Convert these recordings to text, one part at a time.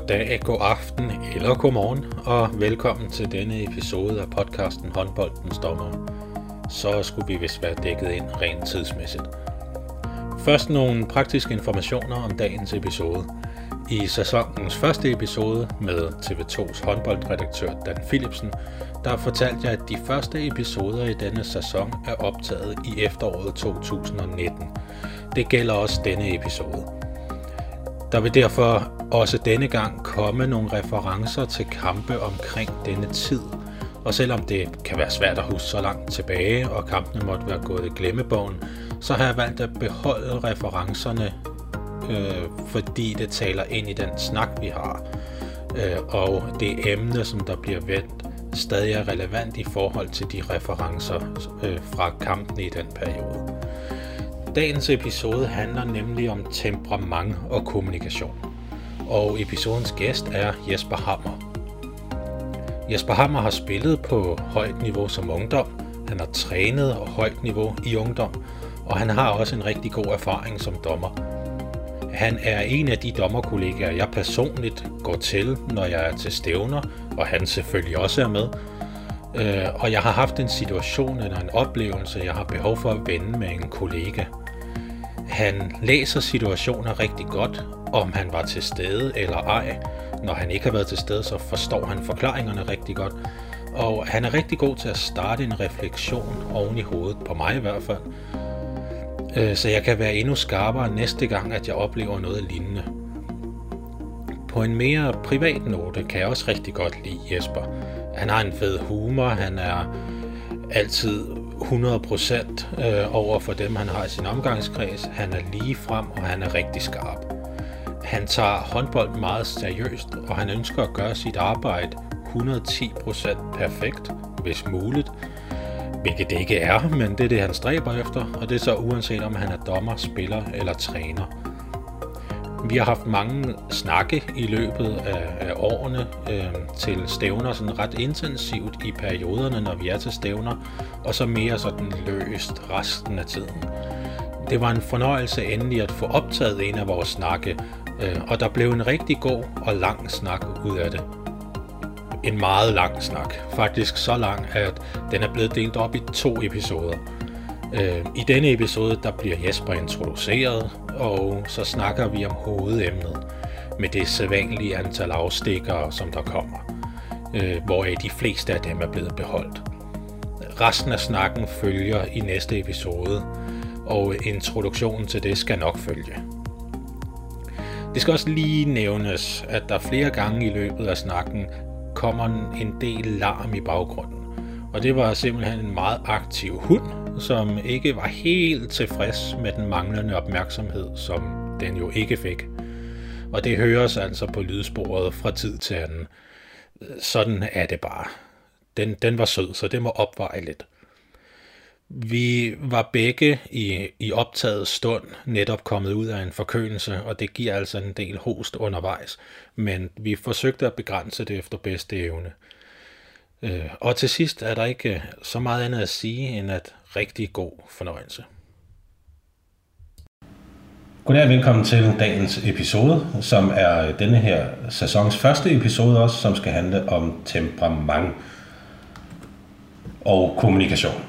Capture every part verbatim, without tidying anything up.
Goddag, god aften eller god morgen, og velkommen til denne episode af podcasten Håndboldens Dommer. Så skulle vi vist være dækket ind rent tidsmæssigt. Først nogle praktiske informationer om dagens episode. I sæsonens første episode med T V to's håndboldredaktør Dan Philipsen, der fortalte jeg, at de første episoder i denne sæson er optaget i efteråret to tusind og nitten. Det gælder også denne episode. Der vil derfor også denne gang komme nogle referencer til kampe omkring denne tid. Og selvom det kan være svært at huske så langt tilbage, og kampene måtte være gået i glemmebogen, så har jeg valgt at beholde referencerne, øh, fordi det taler ind i den snak, vi har. Øh, og det emne, som der bliver vendt, stadig er relevant i forhold til de referencer øh, fra kampen i den periode. Dagens episode handler nemlig om temperament og kommunikation. Og episodens gæst er Jesper Hammer. Jesper Hammer har spillet på højt niveau som ungdom, han har trænet på højt niveau i ungdom, og han har også en rigtig god erfaring som dommer. Han er en af de dommerkollegaer, jeg personligt går til, når jeg er til stævner, og han selvfølgelig også er med. Og jeg har haft en situation eller en oplevelse, jeg har behov for at vende med en kollega. Han læser situationer rigtig godt, om han var til stede eller ej. Når han ikke har været til stede, så forstår han forklaringerne rigtig godt. Og han er rigtig god til at starte en refleksion oven i hovedet, på mig i hvert fald. Så jeg kan være endnu skarpere næste gang, at jeg oplever noget lignende. På en mere privat note kan jeg også rigtig godt lide Jesper. Han har en fed humor, han er altid hundrede procent over for dem, han har i sin omgangskreds. Han er lige frem, og han er rigtig skarp. Han tager håndbold meget seriøst, og han ønsker at gøre sit arbejde hundrede og ti procent perfekt, hvis muligt. Hvilket det ikke er, men det er det, han stræber efter, og det er så uanset om han er dommer, spiller eller træner. Vi har haft mange snakke i løbet af, af årene øh, til stævner, sådan ret intensivt i perioderne, når vi er til stævner, og så mere sådan løst resten af tiden. Det var en fornøjelse endelig at få optaget en af vores snakke, øh, og der blev en rigtig god og lang snak ud af det. En meget lang snak, faktisk så lang, at den er blevet delt op i to episoder. Øh, I denne episode der bliver Jesper introduceret, og så snakker vi om hovedemnet med det sædvanlige antal afstikkere, som der kommer, øh, hvoraf de fleste af dem er blevet beholdt. Resten af snakken følger i næste episode, og introduktionen til det skal nok følge. Det skal også lige nævnes, at der flere gange i løbet af snakken kommer en del larm i baggrunden. Og det var simpelthen en meget aktiv hund, som ikke var helt tilfreds med den manglende opmærksomhed, som den jo ikke fik. Og det høres altså på lydsporet fra tid til anden. Sådan er det bare. Den, den var sød, så det må opveje lidt. Vi var begge i, i optaget stund netop kommet ud af en forkølelse, og det giver altså en del host undervejs. Men vi forsøgte at begrænse det efter bedste evne. Og til sidst er der ikke så meget andet at sige, end at rigtig god fornøjelse. Goddag og velkommen til dagens episode, som er denne her sæsons første episode også, som skal handle om temperament og kommunikation.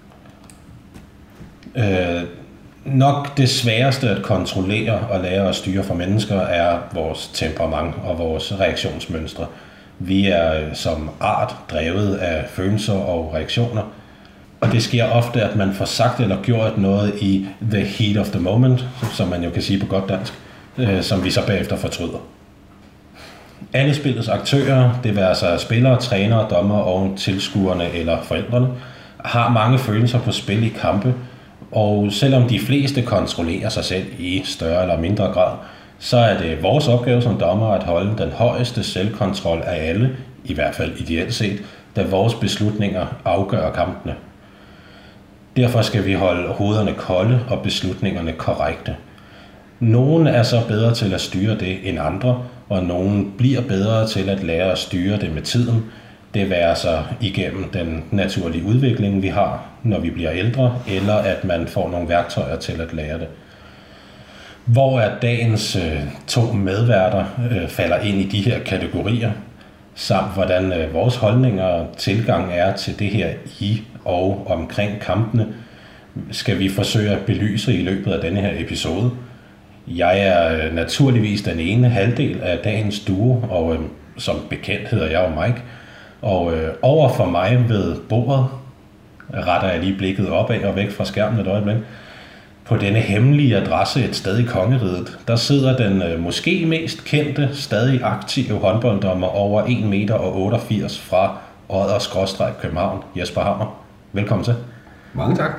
Øh, nok det sværeste at kontrollere og lære at styre for mennesker er vores temperament og vores reaktionsmønstre. Vi er som art drevet af følelser og reaktioner, og det sker ofte, at man får sagt eller gjort noget i the heat of the moment, som man jo kan sige på godt dansk, øh, som vi så bagefter fortryder. Alle spillets aktører, det vil altså spillere, trænere, dommer og tilskuerne eller forældrene, har mange følelser på spil i kampe, og selvom de fleste kontrollerer sig selv i større eller mindre grad, så er det vores opgave som dommer at holde den højeste selvkontrol af alle, i hvert fald ideelt set, da vores beslutninger afgør kampene. Derfor skal vi holde hovederne kolde og beslutningerne korrekte. Nogle er så bedre til at styre det end andre, og nogle bliver bedre til at lære at styre det med tiden. Det være sig igennem den naturlige udvikling, vi har, når vi bliver ældre, eller at man får nogle værktøjer til at lære det. Hvor er dagens øh, to medværter øh, falder ind i de her kategorier, samt hvordan øh, vores holdninger og tilgang er til det her i og omkring kampene, skal vi forsøge at belyse i løbet af denne her episode. Jeg er øh, naturligvis den ene halvdel af dagens duo, og øh, som bekendt hedder jeg jo Mike. Og øh, over for mig ved bordet, retter jeg lige blikket opad og væk fra skærmen et øjeblik, på denne hemmelige adresse et sted i Kongeriget, der sidder den øh, måske mest kendte, stadig aktive håndbolddommer over en meter otteogfirs fra Odder-København, Jesper Hammer. Velkommen til. Mange tak.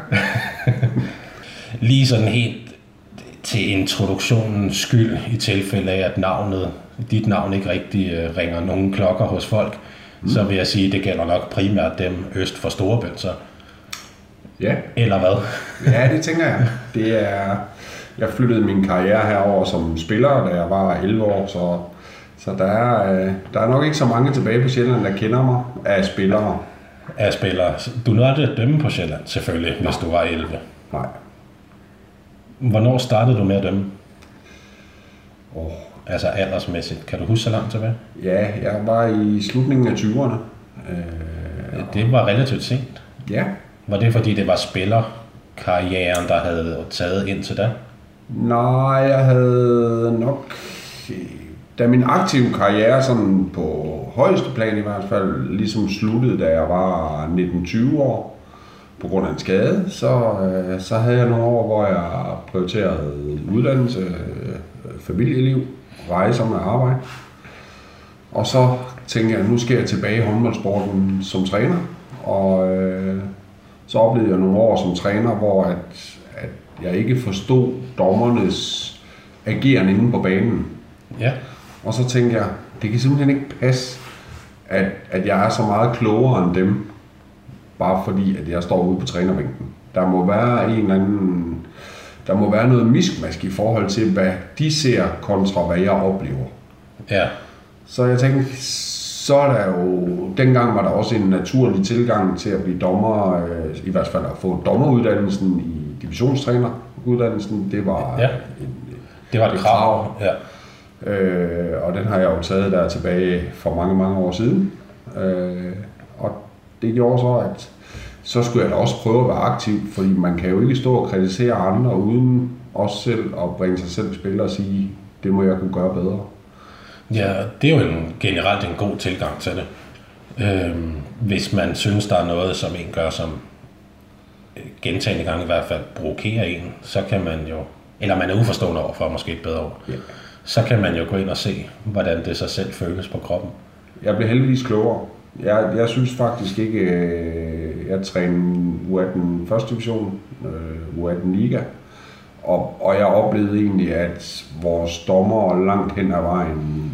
Lige sådan helt til introduktionens skyld, i tilfælde af, at navnet, dit navn ikke rigtig øh, ringer nogen klokker hos folk, mm. så vil jeg sige, at det gælder nok primært dem øst for Storebælt, så. Ja. Eller hvad? Ja, det tænker jeg. Det er, jeg flyttede min karriere herover som spiller, da jeg var elleve år, så, så der, er, der er nok ikke så mange tilbage på Sjælland, der kender mig af spillere. Af spillere. Du nåede aldrig at dømme på Sjælland, selvfølgelig, Nej. hvis du var elleve. Nej. Hvornår startede du med at dømme? Oh. Altså aldersmæssigt. Kan du huske så langt tilbage? Ja, jeg var i slutningen af tyverne. Øh, det var relativt sent. Ja. Var det fordi, det var spillerkarrieren, der havde taget ind til da? Nej, jeg havde nok... Da min aktive karriere sådan på højeste plan i hvert fald ligesom sluttede, da jeg var nitten tyve år på grund af en skade, så, så havde jeg nogle år, hvor jeg prioriterede uddannelse, familieliv, rejser med arbejde. Og så tænkte jeg, at nu skal jeg tilbage i håndboldsporten som træner. Og øh, så oplevede jeg nogle år som træner, hvor at, at jeg ikke forstod dommernes ageren inde på banen. Ja. Og så tænkte jeg, det kan simpelthen ikke passe, at, at jeg er så meget klogere end dem, bare fordi at jeg står ude på trænerbænken. Der må være en eller anden, der må være noget miskmask i forhold til, hvad de ser kontra hvad jeg oplever. Ja. Så jeg tænkte, så er der jo, dengang var der også en naturlig tilgang til at blive dommer, i hvert fald at få dommeruddannelsen i divisionstræneruddannelsen. Det var, ja. en, det var et krav. Ja. Øh, og den har jeg jo taget der tilbage for mange, mange år siden. Øh, og det gjorde så, at så skulle jeg da også prøve at være aktiv, fordi man kan jo ikke stå og kritisere andre uden også selv at bringe sig selv i spil og sige, det må jeg kunne gøre bedre. Ja, det er jo en, generelt en god tilgang til det. Øhm, hvis man synes, der er noget, som en gør, som gentagne gange i hvert fald provokerer en, så kan man jo, eller man er uforstående over for måske et bedre ord, ja. Så kan man jo gå ind og se, hvordan det sig selv føles på kroppen. Jeg blev heldigvis klogere. Jeg, jeg synes faktisk ikke, øh, jeg træner U atten første division, øh, U atten liga, og, og jeg oplevede egentlig, at vores dommer langt hen ad vejen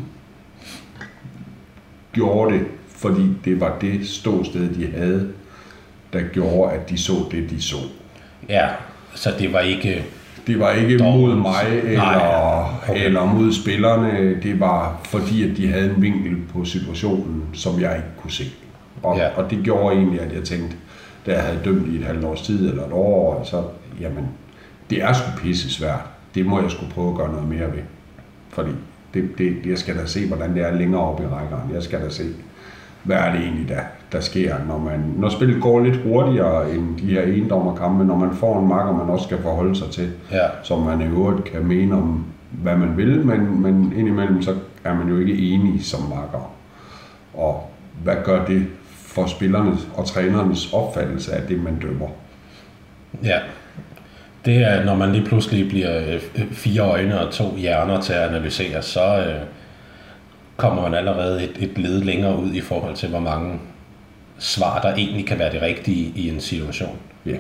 gjorde det, fordi det var det ståsted, de havde, der gjorde, at de så det, de så. Ja, så det var ikke... Det var ikke mod mig eller, okay. eller mod spillerne, det var fordi, at de havde en vinkel på situationen, som jeg ikke kunne se. Og, ja. og det gjorde egentlig, at jeg tænkte, da jeg havde dømt i et halvt års tid eller et år, så jamen, det er sgu pisse svært. Det må jeg sgu prøve at gøre noget mere ved. Fordi det, det, jeg skal da se, hvordan det er længere oppe i rækkerne. Jeg skal da se, hvad er det egentlig, der, der sker, når, man, når spillet går lidt hurtigere end de her endommerkampe, når man får en makker, man også skal forholde sig til, ja. Som man i øvrigt kan mene om, hvad man vil, men, men indimellem så er man jo ikke enig som makker. Og hvad gør det for spillernes og trænernes opfattelse af det, man dømmer? Ja, det er, når man lige pludselig bliver fire øjne og to hjerner til at analysere, så øh, kommer man allerede et, et led længere ud i forhold til, hvor mange svar, der egentlig kan være det rigtige i en situation. Ja.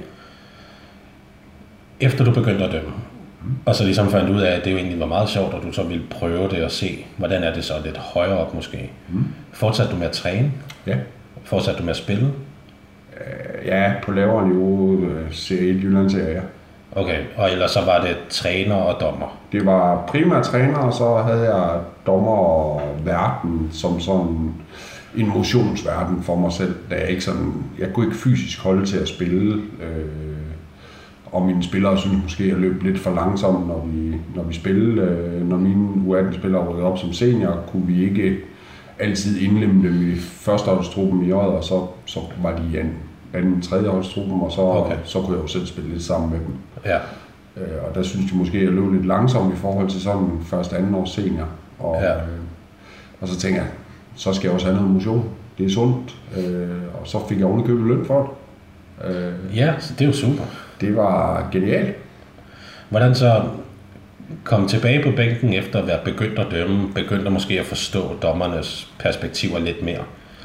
Efter du begyndte at dømme, mm. og så ligesom fandt ud af, at det jo egentlig var meget sjovt, og du så ville prøve det og se, hvordan er det så lidt højere op måske. Mm. Fortsatte du med at træne? Ja. Fortsatte du med at spille? Uh, ja, på lavere niveau, serie et Jylland serie, ja. Okay, og ellers så var det træner og dommer? Det var primært træner, og så havde jeg dommer og verden som sådan en motionsverden for mig selv, da jeg ikke sådan, jeg kunne ikke fysisk holde til at spille, øh, og mine spillere synes måske, at jeg løb lidt for langsomt, når vi, når vi spillede. Når mine U atten-spillere rykkede op som senior, kunne vi ikke altid indlemme dem i førsteholdstruppen i året, og så, så var de i anden, anden tredjeholdstruppen, og så, okay. så kunne jeg jo selv spille lidt sammen med dem. Ja. Øh, og der synes de måske, at jeg løb lidt langsomt i forhold til sådan første anden års senior. Og, ja. øh, og så tænker jeg, så skal jeg også have noget motion. Det er sundt, øh, og så fik jeg ovenikøbet løn for det. Øh, ja, så det er jo super. Det var genialt. Hvordan så kom tilbage på bænken efter at være begyndt at dømme, begyndt at måske at forstå dommernes perspektiver lidt mere?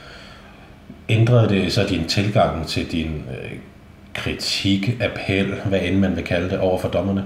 Ændrede det så din tilgang til din øh, kritik, appel, hvad end man vil kalde det, over for dommerne?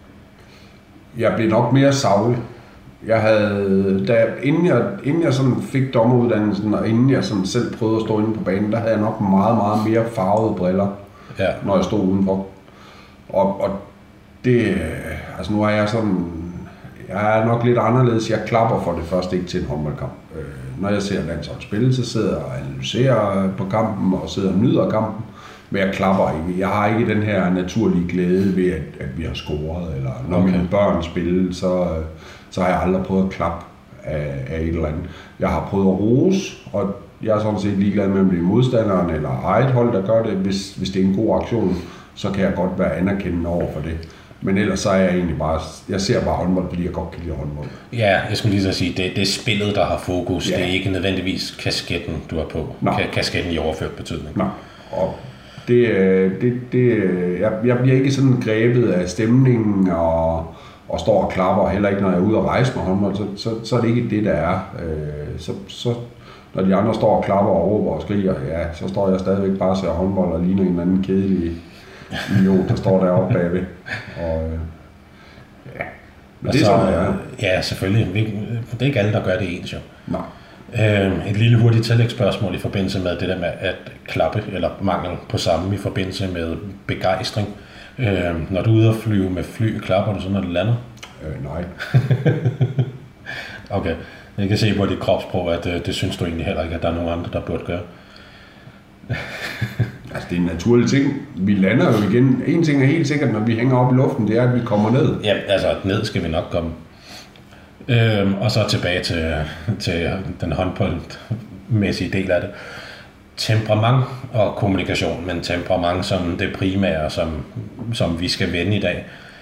Jeg blev nok mere saglig. Jeg havde, da, inden, jeg, inden jeg sådan fik dommeruddannelsen, og inden jeg sådan selv prøvede at stå inde på banen, der havde jeg nok meget, meget mere farvede briller, ja. Når jeg stod udenfor. Og, og det, altså nu er jeg sådan, jeg er nok lidt anderledes. Jeg klapper for det første ikke til en håndboldkamp. Øh, når jeg ser landshold spille, så sidder jeg og analyserer på kampen og sidder og nyder kampen. Men jeg klapper ikke. Jeg har ikke den her naturlige glæde ved, at, at vi har scoret. Eller når okay. mine børn spiller, så, så har jeg aldrig prøvet at klappe af, af et eller andet. Jeg har prøvet at rose, og jeg er sådan set ligeglad med, om det er modstanderen eller eget hold, der gør det. Hvis, hvis det er en god aktion, så kan jeg godt være anerkendende over for det. Men ellers så er jeg egentlig bare, jeg ser bare håndbold, fordi jeg godt kan lide håndbold. Ja, jeg skulle lige så sige, det, det er spillet, der har fokus. Ja. Det er ikke nødvendigvis kasketten, du har på. Ka- kasketten i overført betydning. Nej, og det, det, det, jeg, jeg bliver ikke sådan grebet af stemningen og, og står og klapper, heller ikke når jeg er ude og rejse med håndbold, så, så, så er det ikke det, der er. Så, så, når de andre står og klapper og råber og skriger, ja, så står jeg stadigvæk bare og ser håndbold og ligner en eller anden kedelig idiot, der står deroppe bagved. Og, ja. Men og det er så, sådan, det er. Ja, selvfølgelig. Det er ikke alle, der gør det ens jo. Nej. Øh, et lille hurtigt tillægsspørgsmål i forbindelse med det der med at klappe, eller mangel på samme i forbindelse med begejstring. Øh, når du er ude og flyve med fly, klapper du så, når det lander? Øh, nej. Okay. Jeg kan se på dit kropssprog, at det, det synes du egentlig heller ikke, at der er nogen andre, der burde gøre. Altså, det er en naturlig ting. Vi lander jo igen. En ting er helt sikkert, når vi hænger op i luften, det er, at vi kommer ned. Ja, altså ned skal vi nok komme. Øhm, og så tilbage til, til den håndboldmæssige del af det. Temperament og kommunikation, men temperament som det primære, som, som vi skal vende i dag.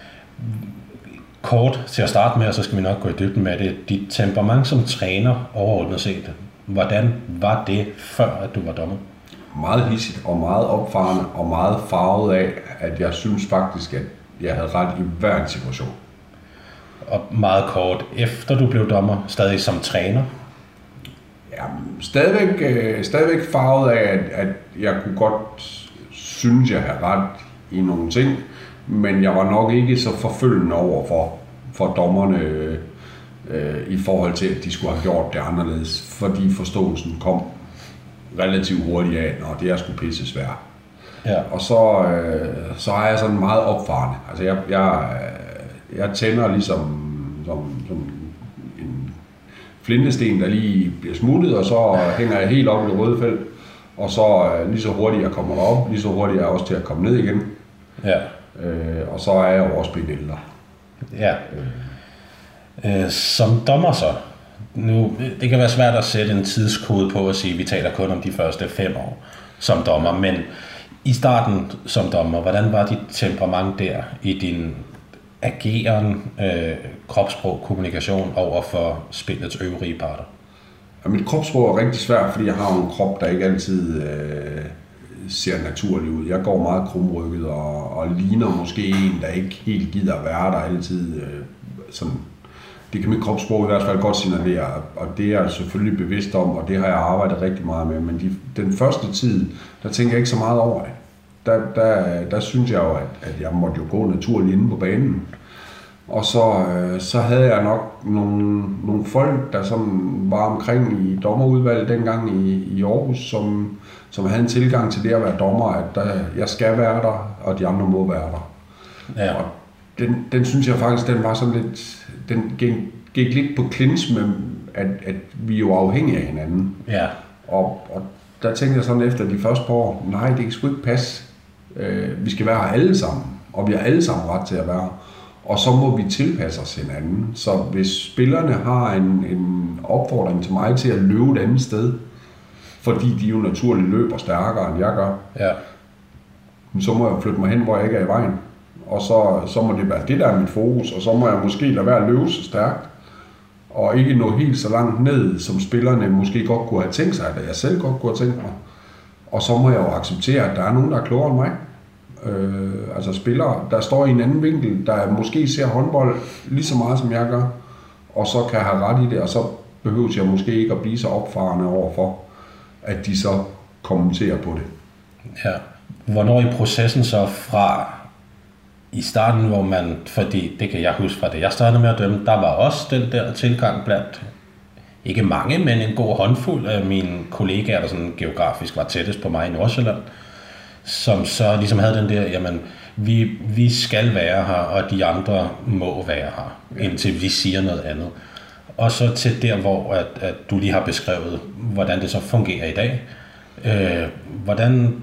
Kort til at starte med, og så skal vi nok gå i dybden med det. Dit temperament som træner overordnet set, hvordan var det før, at du var dommer? Meget hidsigt og meget opfarende og meget farvet af, at jeg synes faktisk, at jeg havde ret i hver en situation. Og meget kort efter du blev dommer, stadig som træner? Ja, stadigvæk, øh, stadigvæk farvet af, at, at jeg kunne godt synes, jeg havde ret i nogle ting, men jeg var nok ikke så forfølgende over for, for dommerne øh, i forhold til, at de skulle have gjort det anderledes, fordi forståelsen kom relativt hurtigt af, når det er sgu pisse svært. Ja. Og så, øh, så er jeg sådan meget opfarende. Altså jeg, jeg, jeg tænder ligesom som, som en flintesten, der lige bliver smuttet, og så hænger jeg helt op i det røde felt, og så øh, lige så hurtigt jeg kommer derop, lige så hurtigt jeg er også til at komme ned igen. Ja. Øh, og så er jeg jo også blevet ældre. Ja. Øh. Øh, som dommer så, nu, det kan være svært at sætte en tidskode på at sige, at vi taler kun om de første fem år som dommer, men i starten som dommer, hvordan var dit temperament der i din ageren, øh, kropssprog, kommunikation over for spillets øvrige parter? Ja, mit kropssprog er rigtig svært, fordi jeg har en krop, der ikke altid øh, ser naturlig ud. Jeg går meget krumrykket og, og ligner måske en, der ikke helt gider at være der altid. Øh, sådan. Det kan mit kropssprog i hvert fald godt signalere, og det er jeg selvfølgelig bevidst om, og det har jeg arbejdet rigtig meget med. Men de, den første tid, der tænker jeg ikke så meget over det. Der, der, der synes jeg jo, at, at jeg måtte jo gå naturligt inde på banen. Og så, øh, så havde jeg nok nogle, nogle folk, der sådan var omkring i dommerudvalget dengang i, i Aarhus, som, som havde en tilgang til det at være dommer, at der, jeg skal være der, og de andre må være der. Ja. Og den, den synes jeg faktisk, den var sådan lidt, den gik, gik lidt på klins med, at, at vi jo er afhængige af hinanden. Ja. Og, og der tænkte jeg sådan efter de første par år, nej, det kan sgu ikke passe. Øh, vi skal være her alle sammen. og vi har alle sammen ret til at være her. Og så må vi tilpasse os hinanden. Så hvis spillerne har en, en opfordring til mig til at løbe et andet sted, fordi de jo naturligt løber stærkere, end jeg gør, ja. så må jeg flytte mig hen, hvor jeg ikke er i vejen. Og så, så må det være det, der er mit fokus, og så må jeg måske lade være at løbe så stærkt, og ikke nå helt så langt ned, som spillerne måske godt kunne have tænkt sig, eller jeg selv godt kunne have tænkt mig. Og så må jeg jo acceptere, at der er nogen, der er klogere end mig. Øh, altså spillere, der står i en anden vinkel, der måske ser håndbold lige så meget, som jeg gør, og så kan have ret i det, og så behøver jeg måske ikke at blive så opfarende overfor, at de så kommenterer på det. Ja. Hvornår i processen så fra i starten, hvor man, fordi det kan jeg huske fra det, jeg startede med at dømme, der var også den der tilgang blandt, ikke mange, men en god håndfuld af mine kollegaer, der sådan geografisk var tættest på mig i Nordsjælland, som så ligesom havde den der, jamen, vi, vi skal være her, og de andre må være her, indtil vi siger noget andet. Og så til der, hvor at, at du lige har beskrevet, hvordan det så fungerer i dag. Øh, hvordan,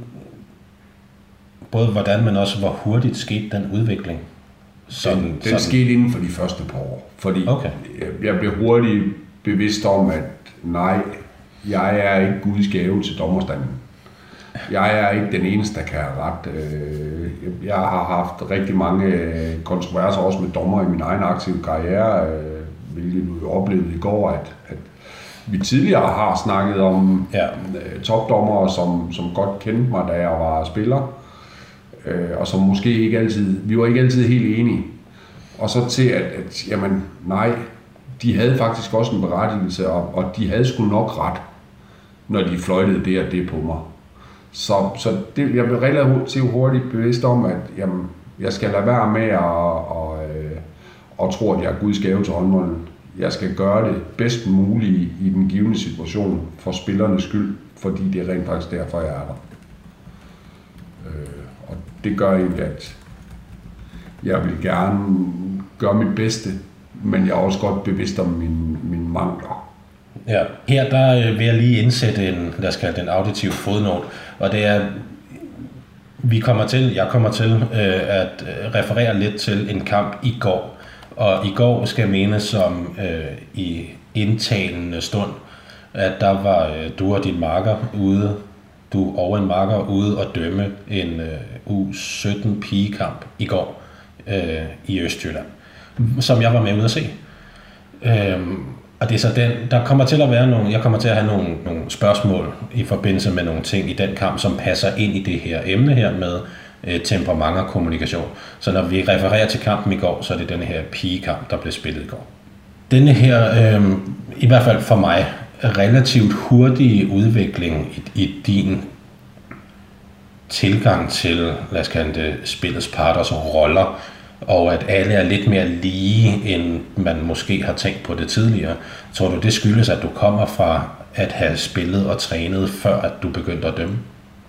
både hvordan, men også hvor hurtigt skete den udvikling? Sådan, den den sådan. skete inden for de første par år, fordi okay. jeg, jeg blev hurtigt bevidst om, at nej, jeg er ikke Guds gave til dommerstanden. Jeg er ikke den eneste, der kan have ret. Jeg har haft rigtig mange kontroverser også med dommer i min egen aktive karriere, hvilket du oplevede i går, at, at vi tidligere har snakket om ja. topdommere, som, som godt kendte mig, da jeg var spiller, og som måske ikke altid, vi var ikke altid helt enige. Og så til, at, at jamen, nej, de havde faktisk også en berettigelse, og, og de havde sgu nok ret, når de fløjtede det og det på mig. Så, så det, jeg blev relativt hurtigt bevidst om, at jamen, jeg skal lade være med at og, øh, og tro, at jeg er Guds gave til håndbolden. Jeg skal gøre det bedst muligt i den givne situation for spillernes skyld, fordi det er rent faktisk derfor, jeg er der. Øh, og det gør egentlig, at jeg vil gerne gøre mit bedste, men jeg er også godt bevidst om mine, mine mangler. Ja, her der vil jeg lige indsætte en, lad os kalde det en auditiv fodnote, og det er, vi kommer til, jeg kommer til øh, at referere lidt til en kamp i går, og i går skal menes som øh, i indtalende stund, at der var øh, du og din marker ude, du og en marker ude og dømme en øh, U sytten pigekamp i går øh, i Østjylland, som jeg var med ude at se. Øh, Og det er så den, der kommer til at være nogle, jeg kommer til at have nogle, nogle spørgsmål i forbindelse med nogle ting i den kamp, som passer ind i det her emne her med øh, temperament og kommunikation. Så når vi refererer til kampen i går, så er det denne her pigekamp, der blev spillet i går. Denne her, øh, i hvert fald for mig, relativt hurtige udvikling i, i din tilgang til, lad os kalde det, spillets parters roller, og at alle er lidt mere lige, end man måske har tænkt på det tidligere. Tror du, det skyldes, at du kommer fra at have spillet og trænet, før at du begyndte at dømme?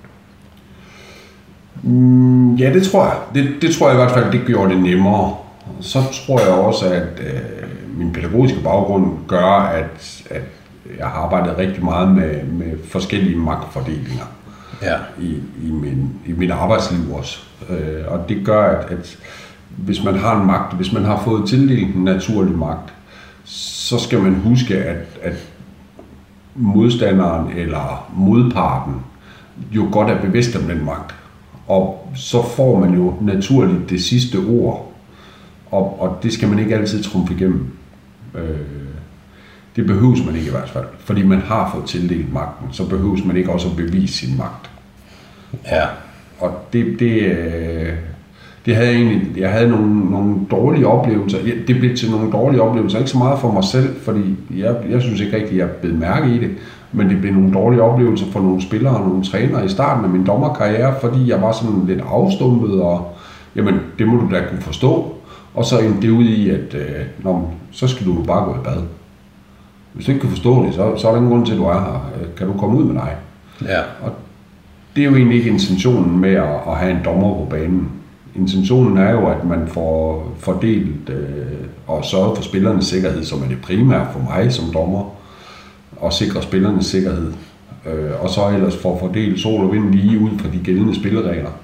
Mm, ja, det tror jeg. Det, det tror jeg i hvert fald, det gjorde det nemmere. Så tror jeg også, at øh, min pædagogiske baggrund gør, at, at jeg har arbejdet rigtig meget med, med forskellige magtfordelinger ja. i, i, min, i mit arbejdsliv også. Øh, og det gør, at, at hvis man har en magt, hvis man har fået tildelt en naturlig magt, så skal man huske, at, at modstanderen eller modparten jo godt er bevidst om den magt. Og så får man jo naturligt det sidste ord, og, og det skal man ikke altid trumfe igennem. Øh, det behøves man ikke i hvert fald, fordi man har fået tildelt magten, så behøves man ikke også at bevise sin magt. Ja. Og det... det øh, Det havde jeg egentlig, jeg havde nogle, nogle dårlige oplevelser. Det blev til nogle dårlige oplevelser, ikke så meget for mig selv, fordi jeg, jeg synes ikke rigtigt, at jeg blev mærke i det, men det blev nogle dårlige oplevelser for nogle spillere og nogle trænere i starten af min dommerkarriere, fordi jeg var sådan lidt afstumpet, og jamen, det må du da kunne forstå. Og så endte det ud i, at øh, nå, så skal du bare gå i bad. Hvis du ikke kan forstå det, så, så er der ingen grund til, at du er her. Kan du komme ud med dig? Ja. Og det er jo egentlig ikke intentionen med at, at have en dommer på banen. Intentionen er jo, at man får fordelt øh, og sørget for spillernes sikkerhed, som er det primære for mig som dommer, og sikre spillernes sikkerhed. Øh, og så ellers for at fordele sol og vind lige ud fra de gældende spilleregler.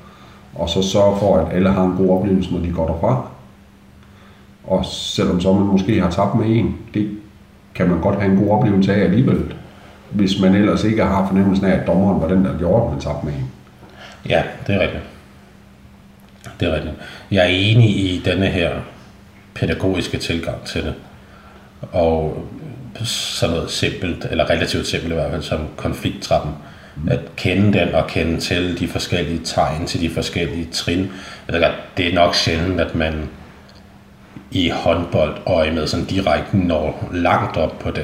og så sørge for, at alle har en god oplevelse, når de går derfra. Og selvom så man måske har tabt med en, det kan man godt have en god oplevelse af alligevel, hvis man ellers ikke har fornemmelsen af, at dommeren var den, der gjorde, at man tabte med en. Ja, det er rigtigt. Det er rigtigt. Jeg er enig i denne her pædagogiske tilgang til det. Og sådan noget simpelt, eller relativt simpelt i hvert fald, som konflikttrappen. Mm. At kende den og kende til de forskellige tegn til de forskellige trin. Det er nok sjældent, at man i håndbold øje med sådan direkte når langt op på den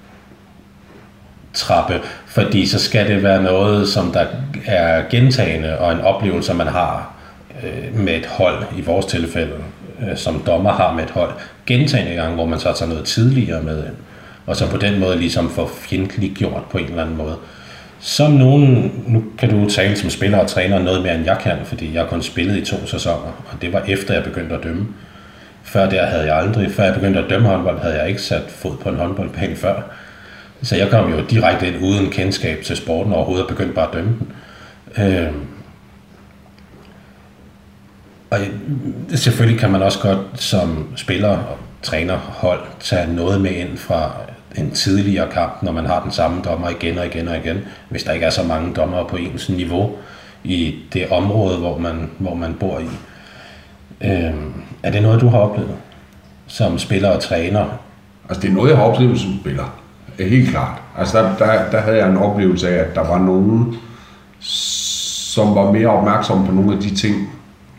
trappe, fordi så skal det være noget, som der er gentagende, og en oplevelse, man har øh, med et hold, i vores tilfælde, øh, som dommer har med et hold, gentagende gange, hvor man så tager noget tidligere med ind, og så på den måde ligesom får fjendtligt gjort på en eller anden måde. Som nogen, nu kan du tale som spiller og træner noget mere end jeg kan, fordi jeg har kun spillet i to sæsoner, og det var efter jeg begyndte at dømme. Før der havde jeg aldrig, før jeg begyndte at dømme håndbold, havde jeg ikke sat fod på en håndboldbane før. Så jeg kom jo direkte ind uden kendskab til sporten overhovedet og begyndte bare at dømme den. Øh, og selvfølgelig kan man også godt som spiller og træner hold tage noget med ind fra en tidligere kamp, når man har den samme dommer igen og igen og igen, hvis der ikke er så mange dommere på ens niveau i det område, hvor man, hvor man bor i. Øh, er det noget, du har oplevet som spiller og træner? Altså det er noget, jeg har oplevet som spiller. Helt klart. Altså der, der, der havde jeg en oplevelse af, at der var nogen, som var mere opmærksomme på nogle af de ting,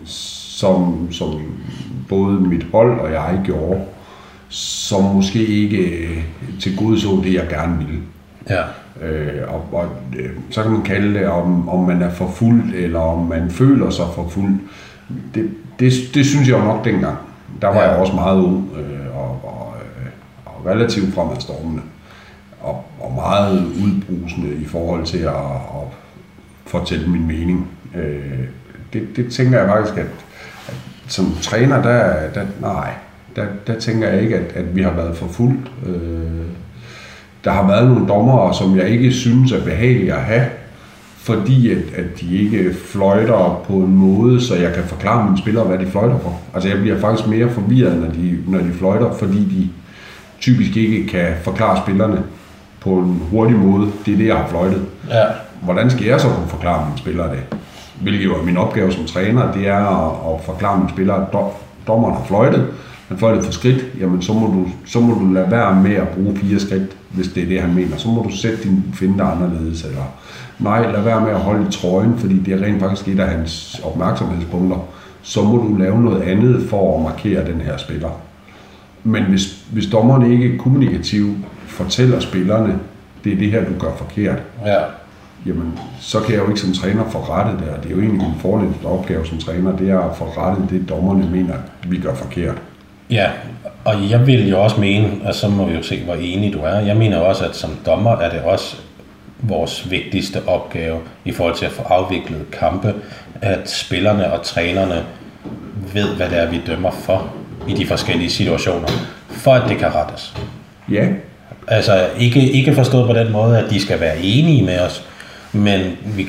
som, som både mit hold og jeg gjorde, som måske ikke tilgodeså det, jeg gerne ville. Ja. Øh, og, og så kan man kalde det, om, om man er for fuld, eller om man føler sig for fuld. Det, det, det synes jeg jo nok dengang. Der var ja. jeg også meget ung øh, og, og, og relativt fremadstormende. Og, og meget udbrusende i forhold til at, at fortælle min mening. Øh, det, det tænker jeg faktisk, at, at som træner, der, der, nej, der, der tænker jeg ikke, at, at vi har været for fuld. Øh, der har været nogle dommere, som jeg ikke synes er behagelige at have, fordi at, at de ikke fløjter på en måde, så jeg kan forklare mine spillere, hvad de fløjter for. Altså jeg bliver faktisk mere forvirret, når de, når de fløjter, fordi de typisk ikke kan forklare spillerne på en hurtig måde. Det er det, jeg har fløjtet. Ja. Hvordan skal jeg så kunne forklare mine spillere det? Hvilket jo er min opgave som træner, det er at, at forklare mine spillere, at dommeren har fløjtet, han fløjtet for skridt, jamen så må, du, så må du lade være med at bruge fire skridt, hvis det er det, han mener. Så må du sætte din finder anderledes, eller nej, lad være med at holde i trøjen, fordi det er rent faktisk et af hans opmærksomhedspunkter. Så må du lave noget andet for at markere den her spiller. Men hvis, hvis dommeren ikke kommunikativt fortæller spillerne, det er det her, du gør forkert, ja. jamen, så kan jeg jo ikke som træner forrette det, og det er jo egentlig min fornemmeste opgave som træner, det er at forrette det, dommerne mener, vi gør forkert. Ja, og jeg vil jo også mene, og så må vi jo se, hvor enig du er, jeg mener også, at som dommer er det også vores vigtigste opgave i forhold til at få afviklet kampe, at spillerne og trænerne ved, hvad det er, vi dømmer for i de forskellige situationer, for at det kan rettes. Ja. Altså ikke, ikke forstået på den måde, at de skal være enige med os, men vi,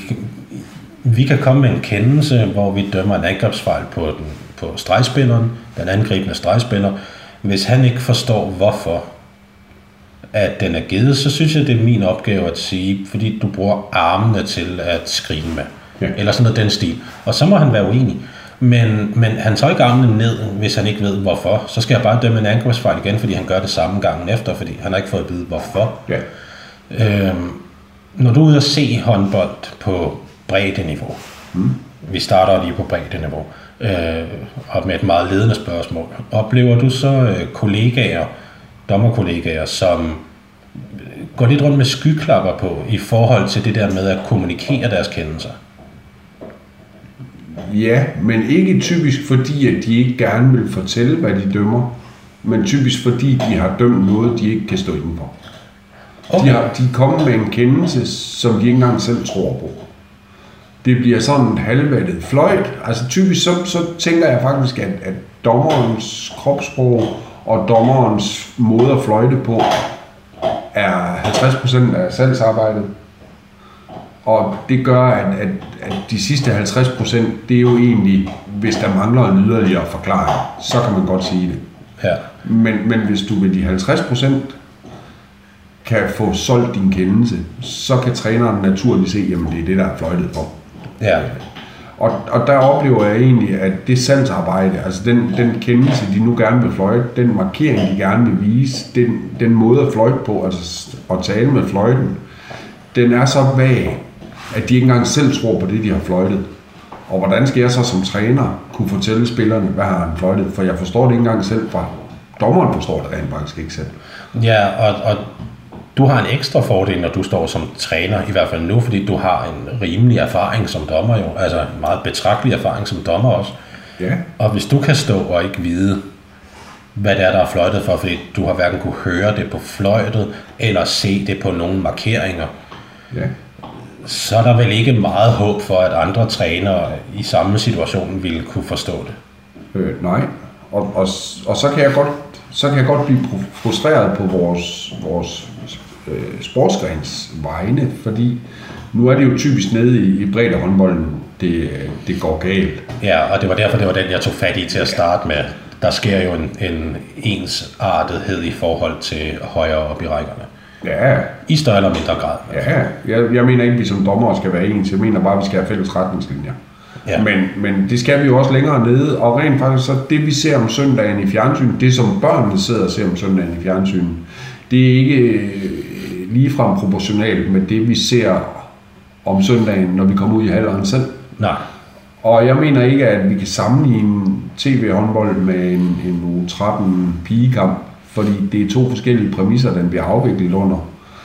vi kan komme med en kendelse, hvor vi dømmer en angrebsfejl på, den, på stregspilleren, den angribende stregspiller. Hvis han ikke forstår, hvorfor at den er givet, så synes jeg, det er min opgave at sige, fordi du bruger armene til at skrive med. Ja. Eller sådan noget den stil. Og så må han være uenig. Men, men han tager ikke armene ned, hvis han ikke ved, hvorfor. Så skal jeg bare dømme en angrebsfejl igen, fordi han gør det samme gangen efter, fordi han har ikke fået at vide, hvorfor. Ja. Øhm, når du er ude at se håndbold på breddeniveau, mm. vi starter lige på breddeniveau, øh, og med et meget ledende spørgsmål, oplever du så øh, kollegaer, dommerkollegaer, som går lidt rundt med skyklapper på, i forhold til det der med at kommunikere deres kendelser? Ja, men ikke typisk fordi, at de ikke gerne vil fortælle, hvad de dømmer, men typisk fordi, de har dømt noget, de ikke kan stå indenfor. Okay. De, har, de er kommet med en kendelse, som de ikke engang selv tror på. Det bliver sådan et halvvattet fløjt. Altså typisk så, så tænker jeg faktisk, at, at dommerens kropssprog og dommerens måde at fløjte på er halvtreds procent af salgsarbejdet. Og det gør, at, at, at de sidste halvtreds procent, det er jo egentlig, hvis der mangler en yderligere forklaring, så kan man godt sige det. Ja. Men, men hvis du ved de halvtreds procent kan få solgt din kendelse, så kan træneren naturligt se, jamen det er det, der er fløjtet for. Ja. Og, og der oplever jeg egentlig, at det salgsarbejde, altså den, den kendelse, de nu gerne vil fløjte, den markering, de gerne vil vise, den, den måde at fløjte på, altså at tale med fløjten, den er så vag, at de ikke engang selv tror på det, de har fløjtet. Og hvordan skal jeg så som træner kunne fortælle spillerne, hvad har han fløjtet? For jeg forstår det ikke engang selv, for dommeren forstår det rent faktisk ikke selv. Ja, og, og du har en ekstra fordel, når du står som træner, i hvert fald nu, fordi du har en rimelig erfaring som dommer jo, altså en meget betragtelig erfaring som dommer også. Ja. Og hvis du kan stå og ikke vide, hvad det er, der er fløjtet for, fordi du har hverken kunne høre det på fløjtet, eller se det på nogle markeringer, ja. så er der vel ikke meget håb for, at andre trænere i samme situation ville kunne forstå det. Øh, nej, og, og, og så kan jeg godt så kan jeg godt blive frustreret på vores, vores øh, sportsgrens vegne, fordi nu er det jo typisk nede i, i breddehåndbolden, det, det går galt. Ja, og det var derfor, det var den, jeg tog fat i til at starte med. Der sker jo en, en ensartethed i forhold til højere op i rækkerne. Ja. I større eller mindre grad. Ja, jeg, jeg mener ikke, at vi som dommer skal være ens. Jeg mener bare, at vi skal have fælles retningslinjer. Ja. Men, men det skal vi jo også længere nede, og rent faktisk så det vi ser om søndagen i fjernsyn, det som børnene sidder og ser om søndagen i fjernsyn, det er ikke ligefrem proportionalt med det vi ser om søndagen, når vi kommer ud i halleren selv. Nej. Og jeg mener ikke, at vi kan sammenligne tv-håndbold med en, en U tretten pigekamp, fordi det er to forskellige præmisser, den bliver afviklet under.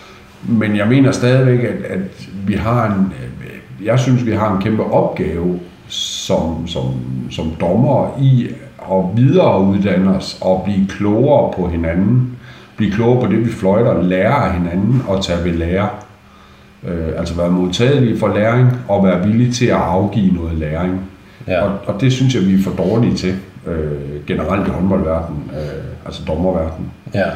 Men jeg mener stadigvæk, at, at vi har en, jeg synes, vi har en kæmpe opgave som, som, som dommer i at videreuddanne os og blive klogere på hinanden, blive klogere på det, vi fløjter, lære af hinanden og tage ved lære. Øh, altså være modtagelige for læring og være villige til at afgive noget læring. Ja. Og, og det synes jeg, vi er for dårlige til øh, generelt i håndboldverdenen, øh, altså dommerverdenen. Ja.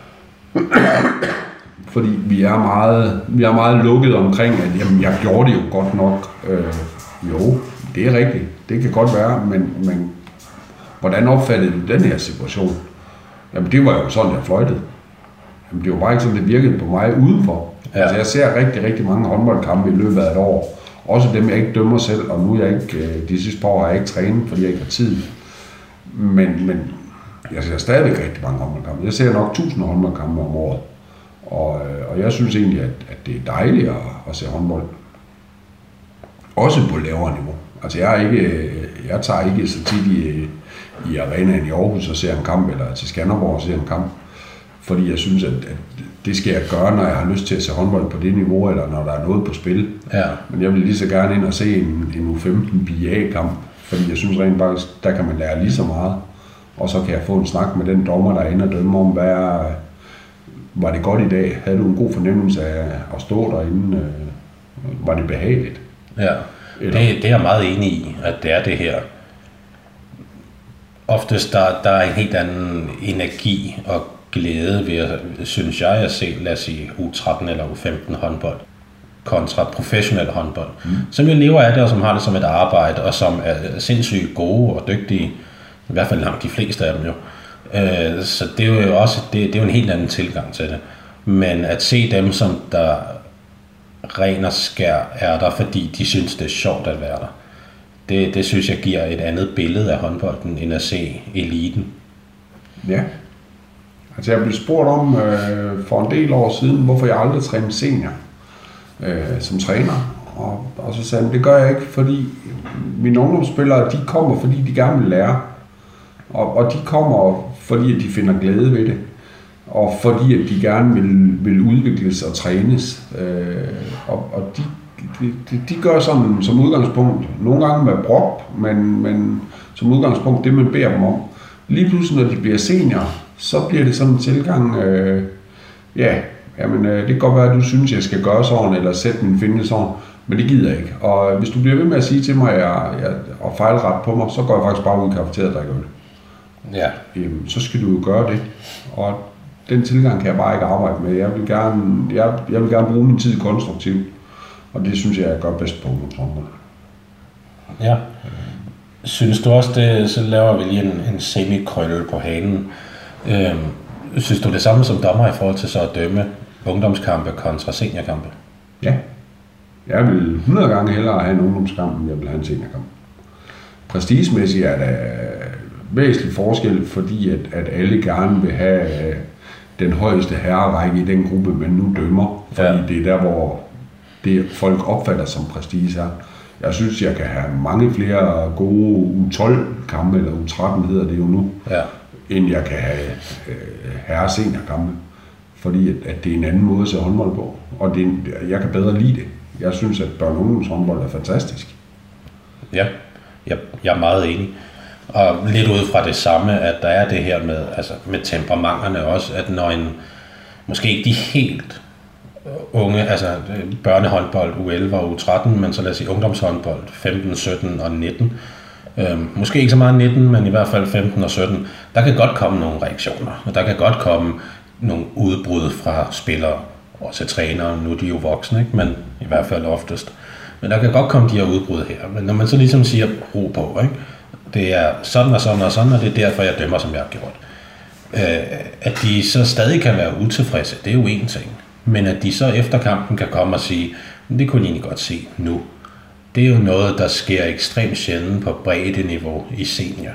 Fordi vi er meget, vi er meget lukket omkring, at jamen, jeg gjorde det jo godt nok. Øh, jo, det er rigtigt. Det kan godt være, men, men hvordan opfattede du den her situation? Jamen, det var jo sådan, jeg fløjtede. Jamen, det var bare ikke sådan, det virkede på mig udenfor. Ja. Altså, jeg ser rigtig, rigtig mange håndboldkampe i løbet af et år. Også dem, jeg ikke dømmer selv, og nu er jeg ikke, de sidste par år har jeg ikke trænet, fordi jeg ikke har tid. Men, men jeg ser stadigvæk rigtig mange håndboldkampe. Jeg ser nok tusind håndboldkampe om året. Og, og jeg synes egentlig, at, at det er dejligt at, at se håndbold. Også på lavere niveau. Altså jeg, er ikke, jeg tager ikke så tit i, i arenaen i Aarhus og ser en kamp, eller til Skanderborg og ser en kamp. Fordi jeg synes, at, at det skal jeg gøre, når jeg har lyst til at se håndbold på det niveau, eller når der er noget på spil. Ja. Men jeg vil lige så gerne ind og se en, en U femten B A-kamp, fordi jeg synes rent faktisk, der kan man lære lige så meget. Og så kan jeg få en snak med den dommer, der er inde og dømme om, hvad er, var det godt i dag? Havde du en god fornemmelse af at stå derinde? Var det behageligt? Ja, det, det er jeg meget enig i, at det er det her. Oftest der, der er en helt anden energi og glæde ved, synes jeg, at se, lad os sige, U tretten eller U femten håndbold kontra professionel håndbold, mm. som jo lever af det, og som har det som et arbejde, og som er sindssygt gode og dygtige, i hvert fald langt de fleste af dem jo. Så det er jo også det, det er jo en helt anden tilgang til det. Men at se dem, som der ren og skær er der, fordi de synes, det er sjovt at være der, det, det synes jeg giver et andet billede af håndbolden, end at se eliten. Ja. Altså jeg blev spurgt om øh, for en del år siden, hvorfor jeg aldrig trænede senior øh, som træner. Og, og så sagde jeg, det gør jeg ikke, fordi mine ungdomsspillere, de kommer, fordi de gerne vil lære. Og, og de kommer, fordi at de finder glæde ved det. Og fordi at de gerne vil, vil udvikles og trænes. Øh, og og de, de, de gør sådan som udgangspunkt, nogle gange med brok, men, men som udgangspunkt det, man beder dem om. Lige pludselig, når de bliver senior, så bliver det sådan en tilgang, øh, ja, jamen, øh, det kan godt være, at du synes, jeg skal gøre sådan, eller sætte min finde sådan, men det gider jeg ikke. Og hvis du bliver ved med at sige til mig, at jeg, jeg, og fejlret på mig, så går jeg faktisk bare ud i kafeteriet og drikker øl. Ja. Jamen, så skal du jo gøre det. Og den tilgang kan jeg bare ikke arbejde med. Jeg vil gerne, jeg, jeg vil gerne bruge min tid konstruktivt. Og det synes jeg, jeg gør bedst på ungdomshåndbold. Ja. Synes du også, det, så laver vi lige en, en semi-krølle på hanen. Øhm, synes du det samme som dommer i forhold til så at dømme ungdomskampe kontra seniorkampe? Ja. Jeg vil hundrede gange hellere have en ungdomskamp, end jeg vil have en seniorkamp. Prestigemæssigt er der væsentlig forskel, fordi at, at alle gerne vil have den højeste herrerække i den gruppe, man nu dømmer. Fordi ja. Det er der, hvor det folk opfatter som prestige er. Jeg synes, jeg kan have mange flere gode U tolv kampe, eller U tretten hedder det jo nu, ja. End jeg kan have øh, herre senior kampe. Fordi at, at det er en anden måde at se håndbold på. Og det, jeg kan bedre lide det. Jeg synes, at børn- og ungdomshåndbold er fantastisk. Ja, jeg, jeg er meget enig. Og lidt ud fra det samme, at der er det her med, altså med temperamenterne også, at når en, måske ikke de helt unge, altså børnehåndbold, U elleve og U tretten, men så lad os sige ungdomshåndbold, femten, sytten og nitten, øhm, måske ikke så meget nitten, men i hvert fald femten og sytten, der kan godt komme nogle reaktioner, og der kan godt komme nogle udbrud fra spillere, også trænere, nu er de jo voksne, ikke? Men i hvert fald oftest. Men der kan godt komme de her udbrud her, men når man så ligesom siger ro på, ikke? Det er sådan og sådan og sådan, og det er derfor, jeg dømmer, som jeg har gjort. Øh, at de så stadig kan være utilfredse, det er jo en ting. Men at de så efter kampen kan komme og sige, det kunne jeg egentlig godt se nu. Det er jo noget, der sker ekstremt sjældent på breddeniveau i senior.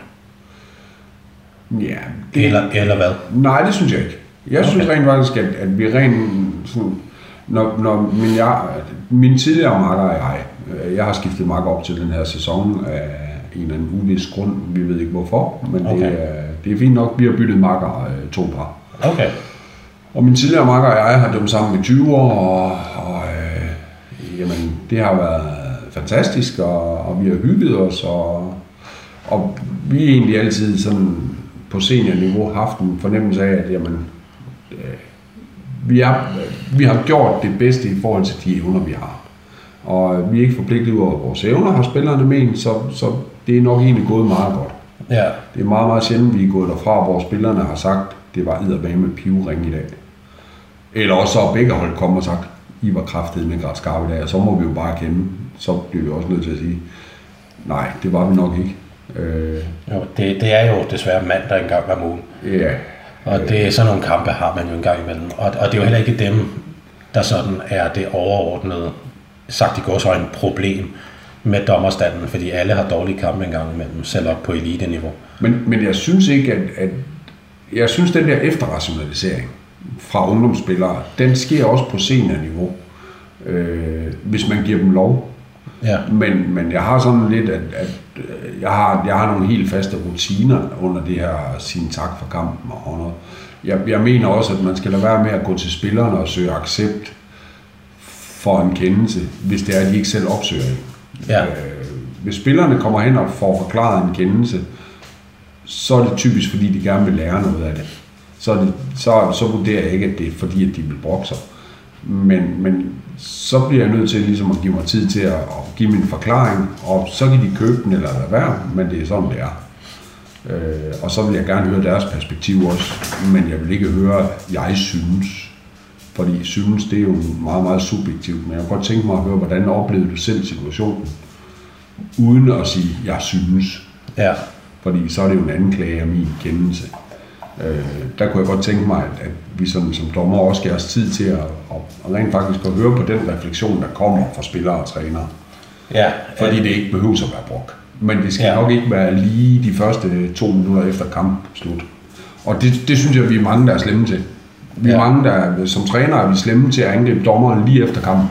Ja, det... eller, eller hvad? Nej, det synes jeg ikke. Jeg okay. synes rent faktisk, at, at vi rent sådan, når, når min, jeg, min tidligere makker og jeg, jeg har skiftet makker op til den her sæson af en eller anden uvis grund, vi ved ikke hvorfor, men okay. det, er, det er fint nok, vi har byttet makker to par. Okay. Og min tidligere makker og jeg har dømt sammen i tyve år, og, og øh, jamen, det har været fantastisk, og, og vi har hygget os, og, og vi har egentlig altid sådan på seniorniveau haft en fornemmelse af, at jamen, øh, vi, er, vi har gjort det bedste i forhold til de evner, vi har. Og vi er ikke forpligtet over vores evner, har spillerne ment, så, så det er nok egentlig gået meget godt. Ja. Det er meget, meget sjældent, vi er gået derfra, hvor spillerne har sagt, det var edderbame med pivring i dag. Eller også så begge hold kommet og sagt, I var kraftigt med græt skarpe i dag, og så må vi jo bare kende. Så bliver vi også nødt til at sige, nej, det var vi nok ikke. Øh, jo, det, det er jo desværre mandag en gang hver uge. Ja. Og det er sådan nogle kampe har man jo en gang imellem. Og, og det er jo heller ikke dem, der sådan er det overordnede, sagt i går så en problem med dommerstanden, fordi alle har dårlige kampe en gang imellem, selv op på elite-niveau. Men, men jeg synes ikke, at, at jeg synes, den der efterrationalisering fra ungdomsspillere, den sker også på seniorniveau, øh, hvis man giver dem lov. Ja. Men, men jeg har sådan lidt, at, at jeg, har, jeg har nogle helt faste rutiner under det her sin tak for kampen og noget. Jeg, jeg mener også, at man skal lade være med at gå til spillerne og søge accept for en kendelse, hvis det er, at de ikke selv opsøger det. Ja. Øh, hvis spillerne kommer hen og får forklaret en kendelse, så er det typisk, fordi de gerne vil lære noget af det. Så, er det, så, så vurderer jeg ikke, at det er fordi, at de vil brokke sig. Men, men så bliver jeg nødt til ligesom at give mig tid til at, at give min forklaring, og så kan de købe den eller lade være, men det er sådan, det er. Øh, og så vil jeg gerne høre deres perspektiv også, men jeg vil ikke høre, jeg synes. Fordi synes, det er jo meget, meget subjektivt, men jeg kan godt tænke mig at høre, hvordan oplevede du selv situationen, uden at sige, jeg synes. Ja. Fordi så er det jo en anklage af min kendelse. Øh, der kunne jeg godt tænke mig, at, at vi sådan, som dommer også skal have os tid til at, at, at rent faktisk at høre på den refleksion, der kommer fra spillere og trænere. Ja, fordi det ikke behøver at være brok. Men det skal ja. nok ikke være lige de første to minutter efter kamp slut. Og det, det synes jeg, vi er mange, der er slemme til. Vi er ja. mange, der som træner er vi slemme til at angribe dommeren lige efter kampen.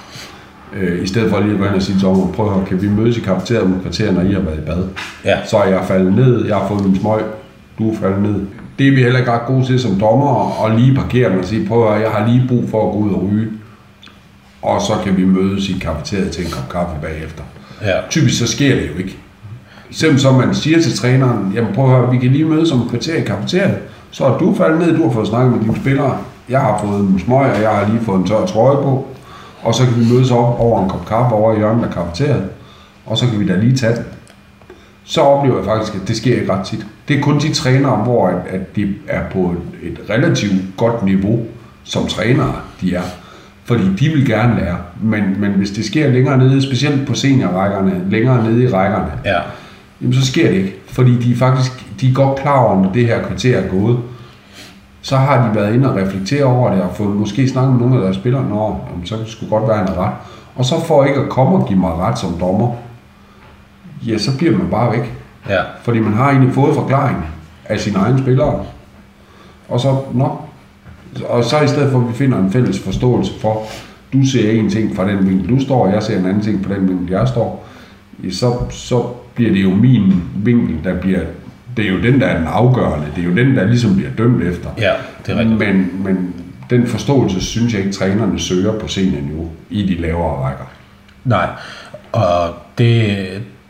Øh, I stedet for lige at gå hen og sige til dommeren, prøv at høre, kan vi mødes i kafeteriet om et kvarter, når I har været i bad? Ja. Så er jeg faldet ned, jeg har fået min smøg, du er faldet ned. Det er vi heller ikke ret gode til som dommer, og lige parkere dem og sige, prøv at høre, jeg har lige brug for at gå ud og ryge. Og så kan vi mødes i kafeteriet til en kop kaffe bagefter. Ja. Typisk så sker det jo ikke. Selvom så man siger til træneren, jamen prøv at høre, vi kan lige mødes om et kvarter i kafeteriet. Så er du faldet ned, du har fået snakket med dine spillere. Jeg har fået en smøg, og jeg har lige fået en tør trøje på. Og så kan vi mødes op over en kop kaffe over i hjørnet af kafeteriet. Og så kan vi da lige tage den. Så oplever jeg faktisk, at det sker ikke ret tit. Det er kun de trænere, hvor at de er på et relativt godt niveau som trænere, de er. Fordi de vil gerne lære. Men, men hvis det sker længere nede, specielt på seniorrækkerne, længere nede i rækkerne, ja. jamen så sker det ikke. Fordi de er faktisk de er godt klar over, når det her kvarter er gået. Så har de været inde og reflektere over det, og fået måske snakket med nogle af deres spillere, nå, jamen, så skulle det godt være, en ret. Og så for ikke at komme og give mig ret som dommer, ja, så bliver man bare væk. Ja. Fordi man har egentlig fået forklaring af sine egne spillere. Og så, nå, og så i stedet for, at vi finder en fælles forståelse for, du ser en ting fra den vinkel, du står, og jeg ser en anden ting fra den vinkel, jeg står, så, så bliver det jo min vinkel, der bliver, det er jo den, der er den afgørende, det er jo den, der ligesom bliver dømt efter. Ja, det er rigtigt. Men, men den forståelse, synes jeg ikke, trænerne søger på seniorniveau i de lavere rækker. Nej, og det...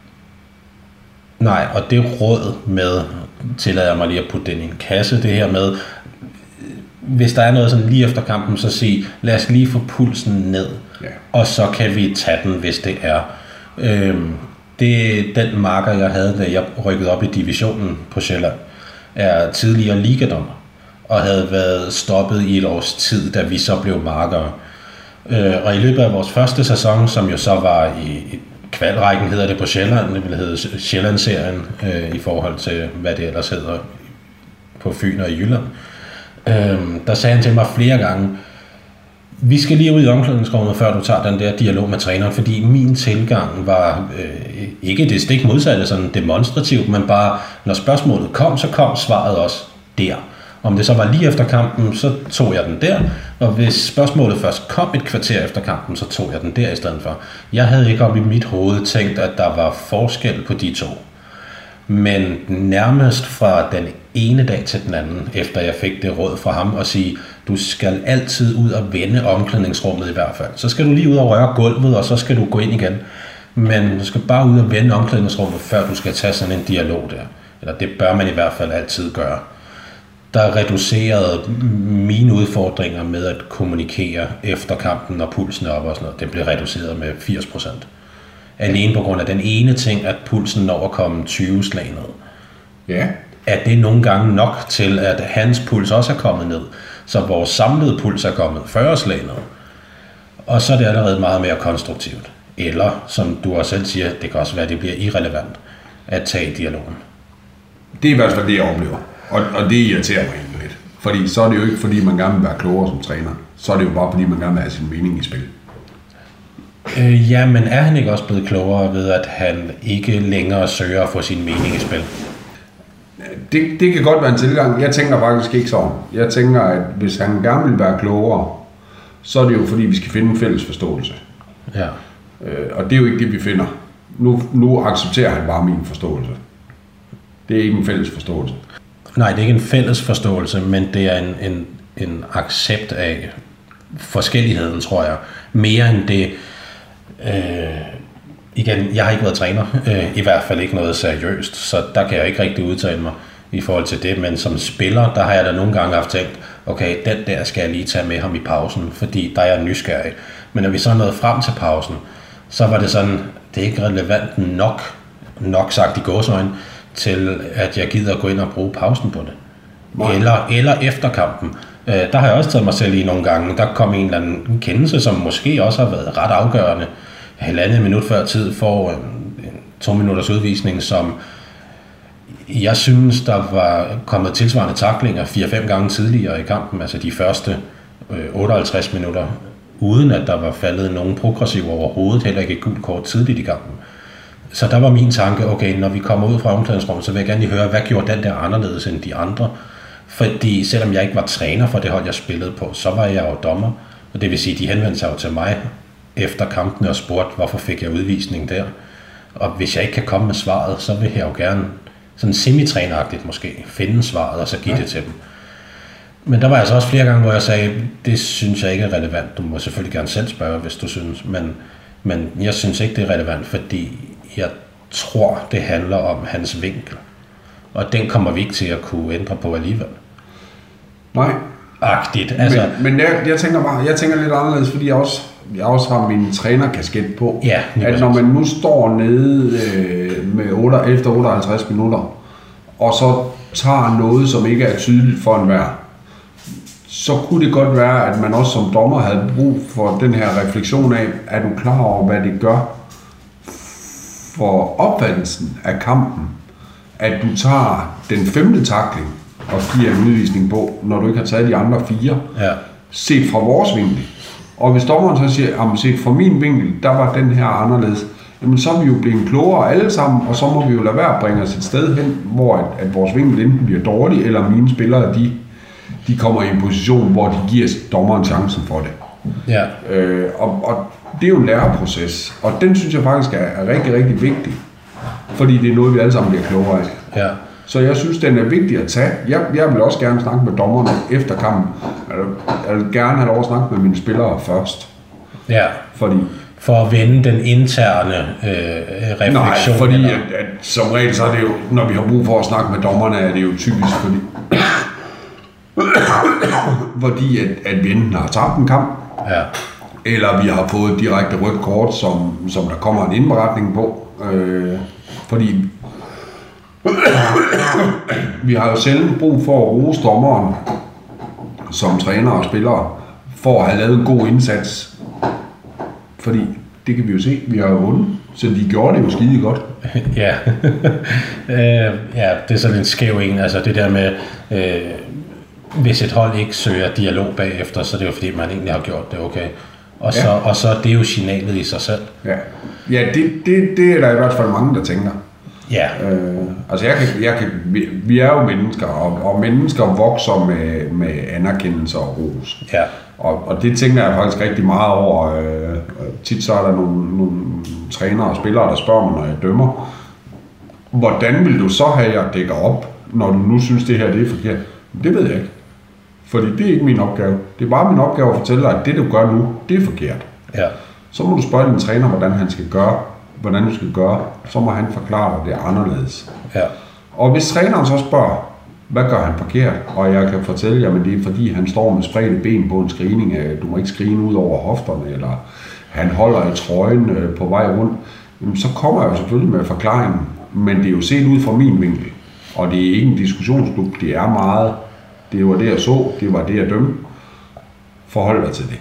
Nej, og det råd med, tillader jeg mig lige at putte den i en kasse, det her med, hvis der er noget sådan lige efter kampen, så sig, lad os lige få pulsen ned, ja. Og så kan vi tage den, hvis det er. Øhm, det den marker, jeg havde, da jeg rykkede op i divisionen på Sjælland, er tidligere ligadommer, og havde været stoppet i et års tid, da vi så blev markere. Øh, og i løbet af vores første sæson, som jo så var i, i kvalrækken, hedder det på Sjælland, det ville hedde Sjælland-serien, øh, i forhold til, hvad det ellers hedder på Fyn og i Jylland. Øh, der sagde han til mig flere gange, vi skal lige ud i omklædningsrummet, før du tager den der dialog med træneren, fordi min tilgang var øh, ikke det stik modsatte, sådan demonstrativt, men bare, når spørgsmålet kom, så kom svaret også der. Om det så var lige efter kampen, så tog jeg den der, og hvis spørgsmålet først kom et kvarter efter kampen, så tog jeg den der i stedet for. Jeg havde ikke op i mit hoved tænkt, at der var forskel på de to. Men nærmest fra den ene dag til den anden, efter jeg fik det råd fra ham, at sige, du skal altid ud og vende omklædningsrummet i hvert fald. Så skal du lige ud og røre gulvet, og så skal du gå ind igen. Men du skal bare ud og vende omklædningsrummet, før du skal tage sådan en dialog der. Eller det bør man i hvert fald altid gøre. Der reducerede mine udfordringer med at kommunikere efter kampen, når pulsen er op og sådan noget. Det blev reduceret med firs procent. Alene på grund af den ene ting, at pulsen når at komme tyve slag ned. Ja. Er det nogle gange nok til, at hans puls også er kommet ned, så vores samlede puls er kommet fyrre slag ned. Og så er det allerede meget mere konstruktivt. Eller, som du også selv siger, det kan også være, at det bliver irrelevant at tage dialogen. Det er i hvert fald det, jeg oplever. Og, og det irriterer mig egentlig lidt. Fordi så er det jo ikke, fordi man gerne vil være klogere som træner. Så er det jo bare, fordi man gerne vil have sin mening i spil. Øh, ja, men er han ikke også blevet klogere ved, at han ikke længere søger at få sin mening i spil? Det, det kan godt være en tilgang. Jeg tænker faktisk ikke sådan. Jeg tænker, at hvis han gerne vil være klogere, så er det jo fordi, vi skal finde en fælles forståelse. Ja. Øh, og det er jo ikke det, vi finder. Nu, nu accepterer han bare min forståelse. Det er ikke en fælles forståelse. Nej, det er ikke en fælles forståelse, men det er en, en, en accept af forskelligheden, tror jeg. Mere end det... Øh, igen, jeg har ikke været træner, øh, i hvert fald ikke noget seriøst, så der kan jeg ikke rigtig udtale mig i forhold til det, men som spiller, der har jeg da nogle gange haft tænkt, okay, den der skal jeg lige tage med ham i pausen, fordi der er jeg nysgerrig. Men når vi så nåede frem til pausen, så var det sådan, det er ikke relevant nok, nok sagt i gåseøjne, til at jeg gider at gå ind og bruge pausen på det. Eller, eller efter kampen. Øh, der har jeg også taget mig selv i nogle gange. Der kom en eller anden kendelse, som måske også har været ret afgørende. Halvandet minut før tid får en, en to minutters udvisning, som jeg synes, der var kommet tilsvarende tacklinger fire-fem gange tidligere i kampen. Altså de første øh, otteoghalvtreds minutter, uden at der var faldet nogen progressiv overhovedet, heller ikke et gult kort tidligt i kampen. Så der var min tanke, okay, når vi kommer ud fra omklædningsrummet, så vil jeg gerne lige høre, hvad gjorde den der anderledes end de andre? Fordi selvom jeg ikke var træner for det hold, jeg spillede på, så var jeg jo dommer. Og det vil sige, de henvendte sig jo til mig efter kampen og spurgte, hvorfor fik jeg udvisning der? Og hvis jeg ikke kan komme med svaret, så vil jeg jo gerne, sådan semi-træneragtigt måske, finde svaret og så give ja. det til dem. Men der var altså også flere gange, hvor jeg sagde, det synes jeg ikke er relevant. Du må selvfølgelig gerne selv spørge, hvis du synes, men, men jeg synes ikke, det er relevant, fordi jeg tror, det handler om hans vinkel. Og den kommer vi ikke til at kunne ændre på alligevel. Nej. Agtigt. Altså, men men jeg, jeg tænker bare, jeg tænker lidt anderledes, fordi jeg også, jeg også har min trænerkasket på. Ja, at når man nu står nede øh, med otte, efter otteoghalvtreds minutter, og så tager noget, som ikke er tydeligt for enhver, så kunne det godt være, at man også som dommer havde brug for den her refleksion af, er du klar over, hvad det gør for opfattelsen af kampen, at du tager den femte tackling og giver en udvisning på, når du ikke har taget de andre fire, ja. set fra vores vinkel. Og hvis dommeren så siger, at set fra min vinkel, der var den her anderledes, jamen så er vi jo blevet klogere alle sammen, og så må vi jo lade være at bringe os et sted hen, hvor at, at vores vinkel enten bliver dårlig, eller mine spillere, de, de kommer i en position, hvor de giver dommeren chancen for det. Ja. Øh, og, og det er jo en læreproces, og den synes jeg faktisk er, er rigtig, rigtig vigtig, fordi det er noget, vi alle sammen bliver klogere af. Ja. Så jeg synes, den er vigtig at tage. Jeg, jeg vil også gerne snakke med dommerne efter kampen. Jeg vil gerne have lov at snakke med mine spillere først. Ja. Fordi for at vende den interne øh, refleksion. Nej, fordi at, at, som regel så er det jo, når vi har brug for at snakke med dommerne, er det jo typisk fordi, fordi at, at vi enten har tabt en kamp, ja. eller vi har fået direkte rødt kort, som, som der kommer en indberetning på. Øh, fordi vi har jo selv brug for at rose dommeren som træner og spillere for at have lavet en god indsats. Fordi det kan vi jo se, vi har jo vundet, så de gjorde det jo skide godt. Ja, øh, ja, det er sådan en skæv en, altså det der med, øh, hvis et hold ikke søger dialog bagefter, så det er jo fordi, man egentlig har gjort det okay. Og så, ja. og så det er jo signalet i sig selv. Ja, ja det, det, det er der i hvert fald mange, der tænker. Ja. Øh, altså jeg kan, jeg kan, vi, vi er jo mennesker, og, og mennesker vokser med, med anerkendelse og ros. Ja. Og, og det tænker jeg faktisk rigtig meget over. Øh, tit så er der nogle, nogle trænere og spillere, der spørger mig, når jeg dømmer, hvordan vil du så have, jeg dækker op, når du nu synes, det her det er forkert? Det ved jeg ikke. Fordi det er ikke min opgave. Det er bare min opgave at fortælle dig, at det du gør nu, det er forkert. Ja. Så må du spørge din træner, hvordan han skal gøre, hvordan du skal gøre. Så må han forklare dig, det er anderledes. Ja. Og hvis træneren så spørger, hvad gør han forkert? Og jeg kan fortælle jer, men det er fordi, han står med spredte ben på en screening. Du må ikke skrine ud over hofterne, eller han holder i trøjen på vej rundt. Så kommer jeg jo selvfølgelig med forklaringen, men det er jo set ud fra min vinkel. Og det er ikke en diskussionsklub, det er meget, det var det jeg så, det var det jeg dømte. Forhold dig til det.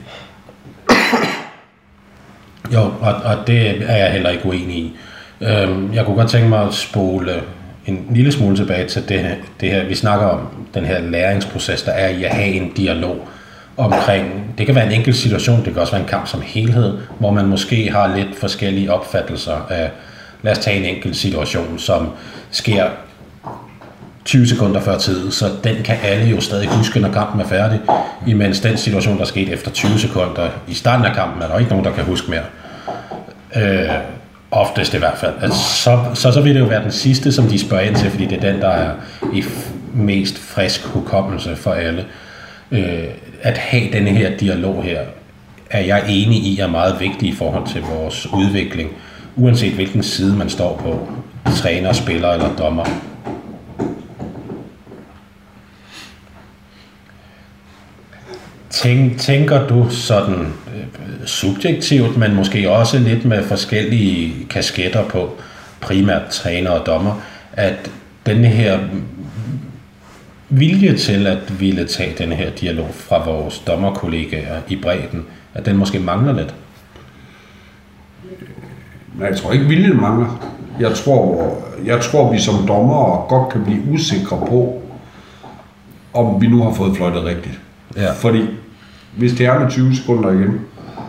Jo, og, og det er jeg heller ikke uenig i. Øhm, jeg kunne godt tænke mig at spole en lille smule tilbage til det her, det her. Vi snakker om den her læringsproces, der er i at have en dialog omkring, det kan være en enkelt situation, det kan også være en kamp som helhed, hvor man måske har lidt forskellige opfattelser af, lad os tage en enkelt situation, som sker tyve sekunder før tid, så den kan alle jo stadig huske, når kampen er færdig, imens den situation, der skete efter tyve sekunder i starten af kampen, er der ikke nogen, der kan huske mere. Øh, oftest i hvert fald. Altså, så, så, så vil det jo være den sidste, som de spørger ind til, fordi det er den, der er i mest frisk hukommelse for alle. Øh, at have denne her dialog her, er jeg enig i, er meget vigtig i forhold til vores udvikling, uanset hvilken side man står på, træner, spiller eller dommer. Tænk, tænker du sådan øh, subjektivt, men måske også lidt med forskellige kasketter på, primært træner og dommer, at denne her vilje til at ville tage denne her dialog fra vores dommerkollegaer i bredden, at den måske mangler lidt? Nej, jeg tror ikke, viljen mangler. Jeg tror, jeg tror, vi som dommere godt kan blive usikre på, om vi nu har fået fløjtet rigtigt. Ja. Fordi hvis det er med tyve sekunder igen,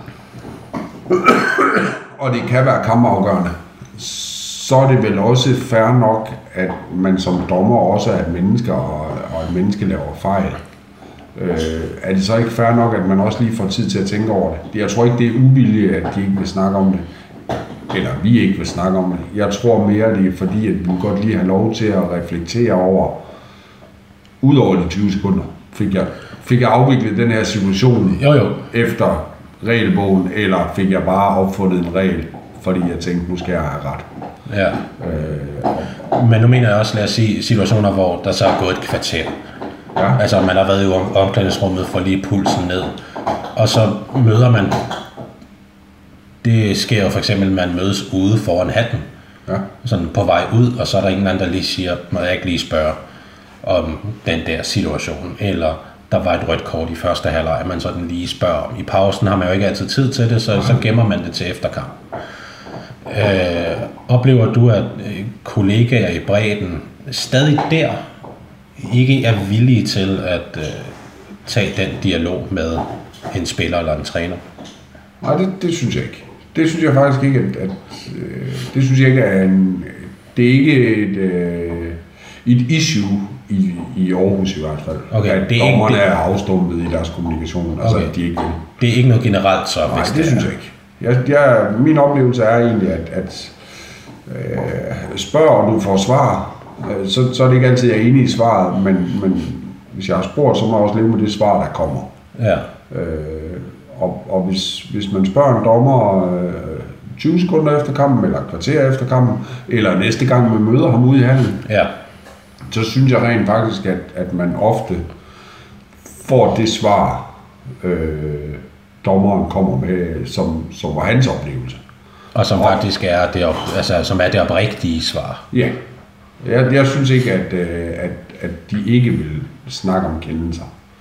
og det kan være kampafgørende, så er det vel også fair nok, at man som dommer også er et menneske, og, og et menneske laver fejl. Øh, er det så ikke fair nok, at man også lige får tid til at tænke over det? Jeg tror ikke, det er uvilje, at de ikke vil snakke om det. Eller vi ikke vil snakke om det. Jeg tror mere, det er fordi, at vi godt lige har lov til at reflektere over, ud over de tyve sekunder, fik jeg, fik jeg afviklet den her situation jo, jo. efter regelbogen, eller fik jeg bare opfundet en regel, fordi jeg tænkte, nu skal jeg have ret. Ja. Øh, Men nu mener jeg også, lad os sige, situationer, hvor der så er gået et kvarter. Ja. Altså, man har været i omklædningsrummet for lige pulsen ned, og så møder man. Det sker jo for eksempel, at man mødes ude foran hatten, ja. Sådan på vej ud, og så er der ingen anden, der lige siger, må jeg ikke lige spørge om den der situation, eller der var et rødt kort i første halvleg, man sådan lige spørger om. I pausen har man jo ikke altid tid til det, så, så gemmer man det til efterkamp. Øh, oplever du, at kollegaer i bredden stadig der ikke er villige til at øh, tage den dialog med en spiller eller en træner? Nej, det, det synes jeg ikke. Det synes jeg faktisk ikke, at, at øh, det synes jeg ikke er en, det er ikke et, øh, et issue i, i Aarhus i hvert fald. Okay, at det er dommerne ikke, det... er afstumpet i deres kommunikation, altså okay. At de ikke vil. Det er ikke noget generelt så? Nej, hvis det, det synes jeg ikke. Jeg, jeg, min oplevelse er egentlig, at, at øh, spørger og du får svar, øh, så, så er det ikke altid, jeg er enig i svaret, men, men hvis jeg har spurgt, så må jeg også leve med det svar, der kommer. Ja. Øh, og og hvis, hvis man spørger en dommer øh, tyve sekunder efter kampen, eller et kvarter efter kampen, eller næste gang man møder ham ude i hallen, ja. Så synes jeg rent faktisk, at, at man ofte får det svar, øh, dommeren kommer med, som, som var hans oplevelse. Og som og, faktisk er det, altså, som er det oprigtige svar. Ja. Jeg, jeg synes ikke, at, at, at de ikke vil snakke om kendelser.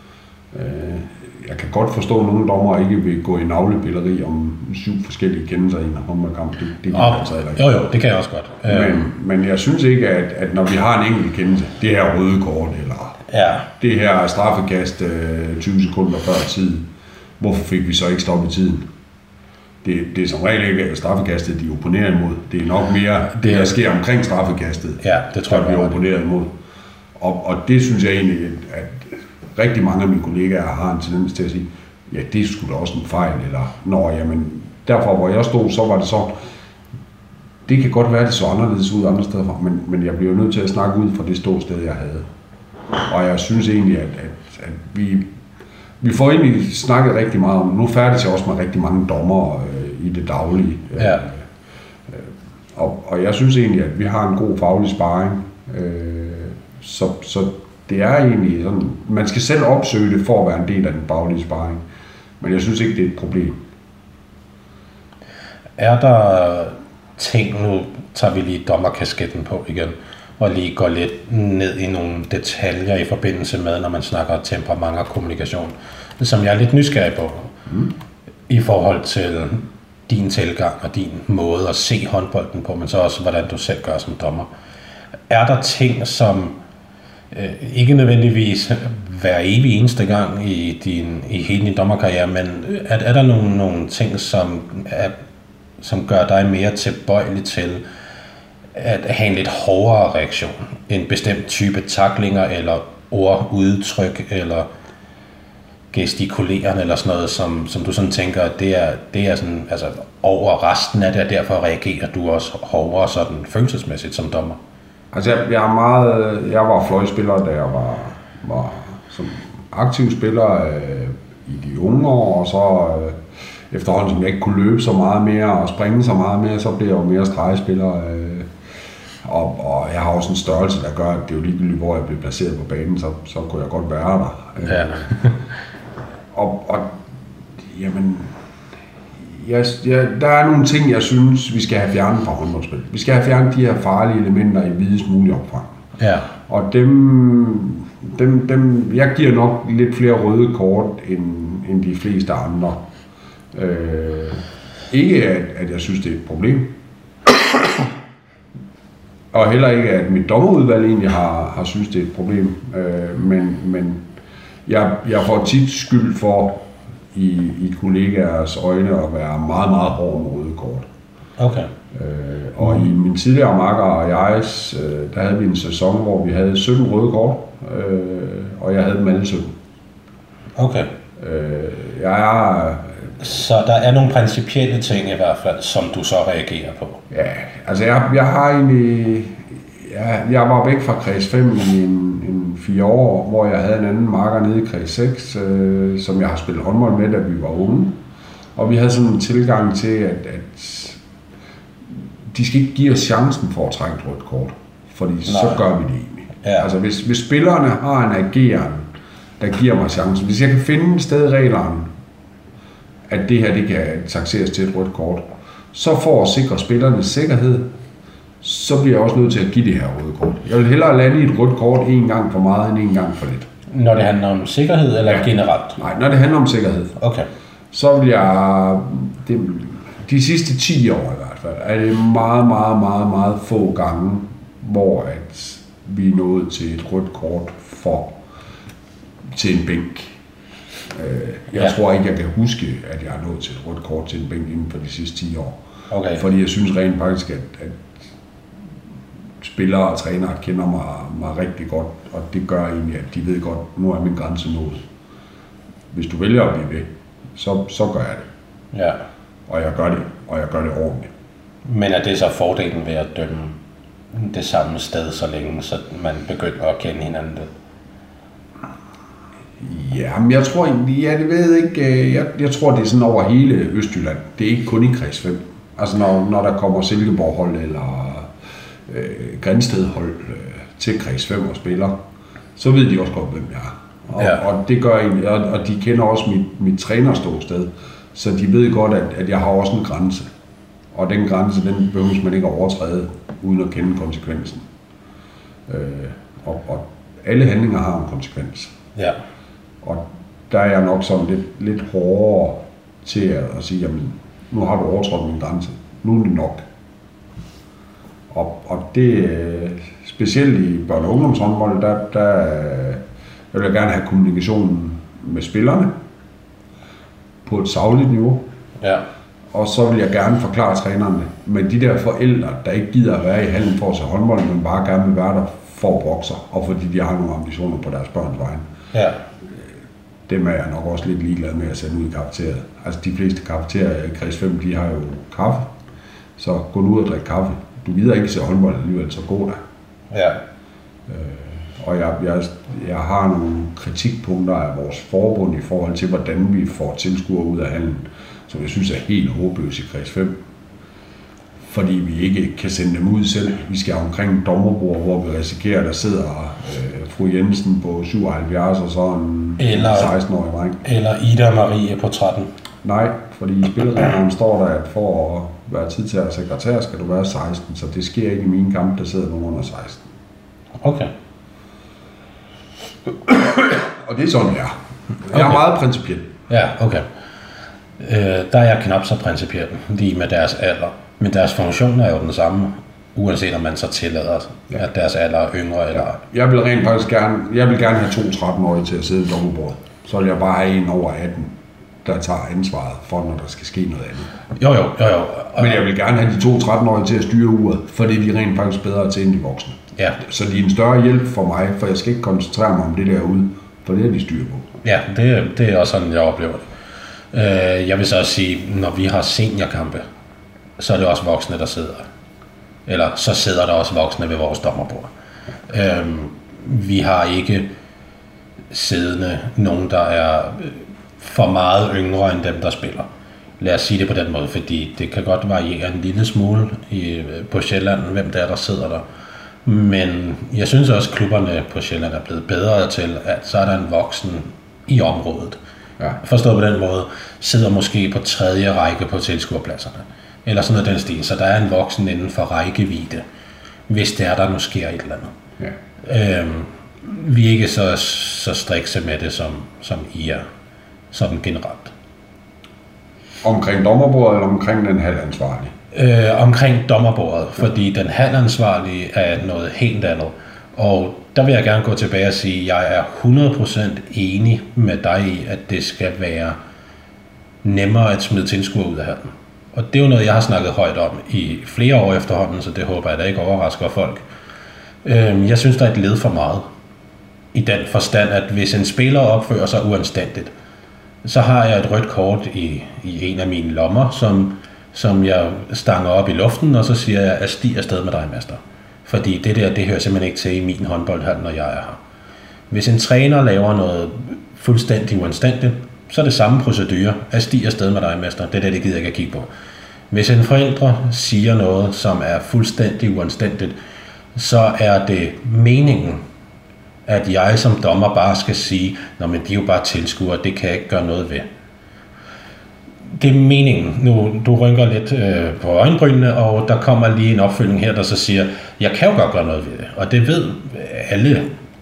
Jeg kan godt forstå, at nogle dommer ikke vil gå i navlepilleri om syv forskellige kendelser i en håndboldkamp. Det, det kan oh, altså ikke. Jo, jo, det kan jeg også godt. Men, men jeg synes ikke, at, at når vi har en enkelt kendelse, det her røde kort, eller ja. Det her straffekast tyve sekunder før tid, hvorfor fik vi så ikke stoppet tiden? Det, det er som regel ikke straffekastet, de opponerer imod. Det er nok mere det, det der sker omkring straffekastet, ja, det tror der bliver opponeret imod. Og, og det synes jeg egentlig, at rigtig mange af mine kollegaer har en tendens til at sige, ja, det er sgu da også en fejl, eller når, jamen, derfor hvor jeg stod, så var det så, det kan godt være, det så anderledes ud andre steder, men, men jeg bliver nødt til at snakke ud fra det ståsted, jeg havde. Og jeg synes egentlig, at, at, at vi, vi får egentlig snakket rigtig meget om, nu færdes jeg også med rigtig mange dommer øh, i det daglige. Ja. Øh, og, og jeg synes egentlig, at vi har en god faglig sparring, øh, så, så det er egentlig sådan, man skal selv opsøge det for at være en del af den faglige sparring, men jeg synes ikke, det er et problem. Er der ting, nu tager vi lige dommerkasketten på igen, og lige går lidt ned i nogle detaljer i forbindelse med, når man snakker temperament og kommunikation, som jeg er lidt nysgerrig på, mm. i forhold til din tilgang og din måde at se håndbolden på, men så også, hvordan du selv gør som dommer. Er der ting, som øh, ikke nødvendigvis hver evig eneste gang i, din, i hele din dommerkarriere, men er, er der nogle, nogle ting, som, er, som gør dig mere tilbøjelig til at have en lidt hårdere reaktion? En bestemt type tacklinger, eller ordudtryk, eller gestikuleren, eller sådan noget, som, som du sådan tænker, at det er, det er sådan, altså over resten af det, og derfor reagerer du også hårdere sådan følelsesmæssigt som dommer? Altså, jeg, jeg, er meget, jeg var fløjspiller, da jeg var, var som aktiv spiller øh, i de unge år, og så øh, efterhånden, som jeg ikke kunne løbe så meget mere og springe så meget mere, så blev jeg jo mere stregspiller. Øh, og, og jeg har også en størrelse, der gør, at det er jo ligegyldigt, hvor jeg blev placeret på banen, så, så kunne jeg godt være der. Ja. og, og jamen, jeg, jeg, der er nogle ting, jeg synes, vi skal have fjernet fra håndboldspil. Vi skal have fjernet de her farlige elementer i videst mulig omfang. Ja. Og dem, dem, dem, jeg giver nok lidt flere røde kort, end, end de fleste andre. Øh, ikke at, at jeg synes, det er et problem. Og heller ikke, at mit dommerudvalg egentlig har, har synes, det er et problem. Øh, men men jeg, jeg får tit skyld for i, i kollegaers øjne at være meget, meget hård med røde kort. Okay. Øh, og mm. i min tidligere makker og jeg, øh, der havde vi en sæson, hvor vi havde sytten røde kort, øh, og jeg havde dem alle sytten. Okay. Øh, jeg er... Så der er nogle principielle ting i hvert fald, som du så reagerer på? Ja, altså jeg, jeg har egentlig... Jeg, jeg var væk fra kreds fem i en, en fire år, hvor jeg havde en anden marker nede i kreds seks, øh, som jeg har spillet håndbold med, da vi var unge. Og vi havde sådan en tilgang til, at, at de skal ikke give os chancen for at trække et rødt kort, fordi Nej. så gør vi det egentlig. Ja. Altså hvis, hvis spillerne har en ageren, der giver mig chancen, hvis jeg kan finde et sted i reglerne, at det her det kan taxeres til et rødt kort, så for at sikre spillernes sikkerhed, så bliver jeg også nødt til at give det her røde kort. Jeg vil hellere lande i et rødt kort en gang for meget, end en gang for lidt. Når det handler om sikkerhed, eller ja. generelt? Nej, når det handler om sikkerhed. Okay. Så vil jeg... Det, de sidste ti år i hvert fald, er det meget, meget, meget, meget få gange, hvor at vi er nået til et rødt kort for til en bænk. Jeg ja. tror ikke, jeg kan huske, at jeg har nået til et rødt kort til en bænk inden for de sidste ti år. Okay. Fordi jeg synes rent faktisk, at, at spillere og trænere kender mig, mig rigtig godt, og det gør egentlig, at de ved godt, nu er min grænse nået. Hvis du vælger at blive ved, så, så gør jeg det. Ja. Og jeg gør det, og jeg gør det ordentligt. Men er det så fordelen ved at dømme det samme sted, så længe så man begynder at kende hinanden lidt? Ja, men jeg tror egentlig, ja, det ved jeg ikke, jeg, jeg tror, det er sådan over hele Østjylland. Det er ikke kun i kreds fem. Altså når, når der kommer Silkeborg-hold eller øh, Grindsted-hold øh, til kreds fem og spiller, så ved de også godt, hvem jeg er. Og, ja. og det gør egentlig, og, og de kender også mit, mit trænerståsted, så de ved godt, at, at jeg har også en grænse. Og den grænse, den behøves man ikke overtræde, uden at kende konsekvensen. Øh, og, og alle handlinger har en konsekvens. Ja. Og der er jeg nok sådan lidt, lidt hårdere til at, at sige, jamen, nu har du overtrådt min grænse. Nu er det nok. Og, og det, specielt i børne- og ungdomshåndbold, der, der jeg vil jeg gerne have kommunikationen med spillerne på et sagligt niveau. Ja. Og så vil jeg gerne forklare trænerne, men de der forældre, der ikke gider at være i hallen for at se håndbold, men bare gerne vil være der for at brokke sig, og fordi de har nogle ambitioner på deres børns vegne. Ja. Dem er jeg nok også lidt ligeglad med at sende ud i kafeteriet. Altså de fleste kafeterier i kreds fem, de har jo kaffe. Så gå nu ud og drik kaffe. Du gider ikke se håndbold alligevel, så gå der. Ja. Øh, og jeg, jeg, jeg har nogle kritikpunkter af vores forbund i forhold til, hvordan vi får tilskuere ud af hallen, som jeg synes er helt håbløs i kreds fem. Fordi vi ikke kan sende dem ud selv. Vi skal omkring dommerbord, hvor vi risikerer, at der sidder øh, fru Jensen på syvoghalvfjerds og så en eller, seksten-årig dreng. Eller Ida Marie på tretten. Nej, fordi i spillereglerne står der, at for at være tid til at sekretær, skal du være seksten, så det sker ikke i mine kampe, der sidder nogen under seksten. Okay. Og det er sådan, jeg er. Jeg er okay. meget principiel. Ja, okay. Øh, der er jeg knap så principiel, lige med deres alder. Men deres funktion er jo den samme, uanset om man så tillader, ja. at deres alder er yngre eller... Ja. Jeg vil rent faktisk gerne, jeg vil gerne have to tretten-årige til at sidde i dommerbordet. Så vil jeg bare have en over atten, der tager ansvaret for, når der skal ske noget andet. Jo, jo, jo, jo. Og men jeg vil gerne have de to tretten-årige til at styre uret, for det er de rent faktisk bedre til end de voksne. Ja. Så de er en større hjælp for mig, for jeg skal ikke koncentrere mig om det derude, for det er de styr på. Ja, det, det er også sådan, jeg oplever det. Jeg vil så også sige, når vi har seniorkampe, så er det også voksne, der sidder. Eller så sidder der også voksne ved vores dommerbord. Øhm, vi har ikke siddende nogen, der er for meget yngre end dem, der spiller. Lad os sige det på den måde, fordi det kan godt variere en lille smule i, på Sjælland, hvem der er, der sidder der. Men jeg synes også, at klubberne på Sjælland er blevet bedre til, at så er der en voksen i området. Ja. Forstået på den måde, sidder måske på tredje række på tilskuerpladserne. Eller sådan noget den stil, så der er en voksen inden for rækkevidde, hvis det er, der nu sker et eller andet. Ja. Øhm, vi er ikke så, så strikse med det, som, som I er, sådan generelt. Omkring dommerbordet eller omkring den halvansvarlige? Øh, omkring dommerbordet, ja. Fordi den halvansvarlige er noget helt andet. Og der vil jeg gerne gå tilbage og sige, at jeg er hundrede procent enig med dig i, at det skal være nemmere at smide tilskuere ud af hallen. Og det er jo noget, jeg har snakket højt om i flere år efterhånden, så det håber jeg da ikke overrasker folk. Jeg synes, der er et led for meget. I den forstand, at hvis en spiller opfører sig uanstændigt, så har jeg et rødt kort i, i en af mine lommer, som, som jeg stanger op i luften, og så siger jeg, at stig afsted med dig, mester. Fordi det der, det hører simpelthen ikke til i min håndboldhal, når jeg er her. Hvis en træner laver noget fuldstændig uanstændigt, så er det samme procedure, at stige afsted med dig, mester. Det er det, det gider jeg ikke at kigge på. Hvis en forældre siger noget, som er fuldstændig uanstændigt, så er det meningen, at jeg som dommer bare skal sige, nå, men de er jo bare tilskuere, det kan jeg ikke gøre noget ved. Det er meningen. Nu, du rynker lidt øh, på øjenbrynene, og der kommer lige en opfølgning her, der så siger, jeg kan jo godt gøre noget ved det. Og det ved alle,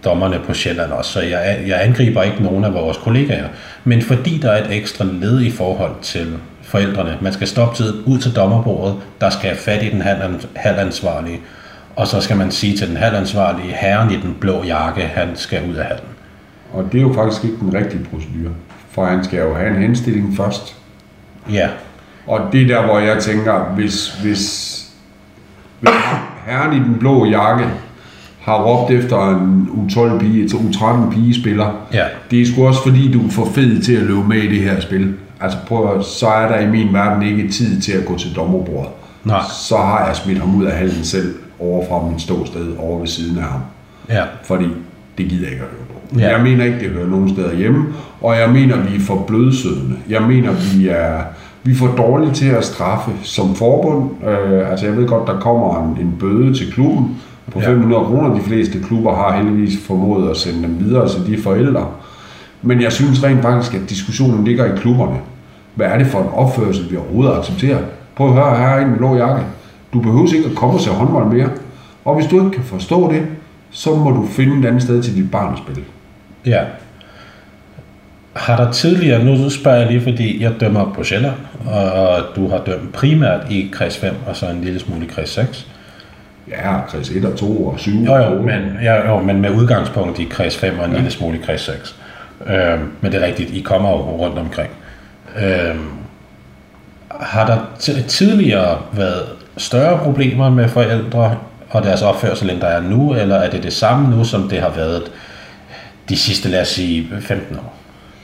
dommerne på Sjælland også, så jeg, jeg angriber ikke nogen af vores kollegaer. Men fordi der er et ekstra led i forhold til forældrene, man skal stoppe tiden ud til dommerbordet, der skal have fat i den halvansvarlige, og så skal man sige til den halvansvarlige, herren i den blå jakke, han skal ud af hallen. Og det er jo faktisk ikke den rigtige procedure, for han skal jo have en henstilling først. Ja. Og det er der, hvor jeg tænker, hvis, hvis, hvis herren i den blå jakke har råbt efter en U tolv pige, et U tretten pigespiller, ja. Det er sgu også fordi, du er for fed til at løbe med i det her spil. Altså prøv at, så er der i min verden ikke tid til at gå til dommerbordet. Nej. Så har jeg smidt ham ud af hallen selv, over fra min ståsted, over ved siden af ham. Ja. Fordi det gider jeg ikke at høre på. Ja. Jeg mener ikke, det hører nogen steder hjemme, og jeg mener, vi er for blødsødende. Jeg mener, vi er, vi er for dårlige til at straffe som forbund. Øh, altså jeg ved godt, der kommer en, en bøde til klubben på fem hundrede kroner. De fleste klubber har heldigvis formået at sende dem videre til de forældre. Men jeg synes rent faktisk, at diskussionen ligger i klubberne. Hvad er det for en opførsel, vi overhovedet accepterer? Prøv at høre her i en blå jakke. Du behøver ikke at komme og se håndbold mere. Og hvis du ikke kan forstå det, så må du finde et andet sted til dit barn at spille. Ja. Har der tidligere, nu spørger jeg lige, fordi jeg dømmer på Sjælland, og du har dømt primært i kreds fem, og så en lille smule i kreds seks. Ja, kreds et og to og syv. Jo, jo, men, ja, jo, men med udgangspunkt i kreds fem og en ja. lille smule i kreds seks. Øh, men det er rigtigt, I kommer jo rundt omkring. Øh, har der t- tidligere været større problemer med forældre og deres opførsel, end der er nu, eller er det det samme nu, som det har været de sidste, lad os sige, femten år?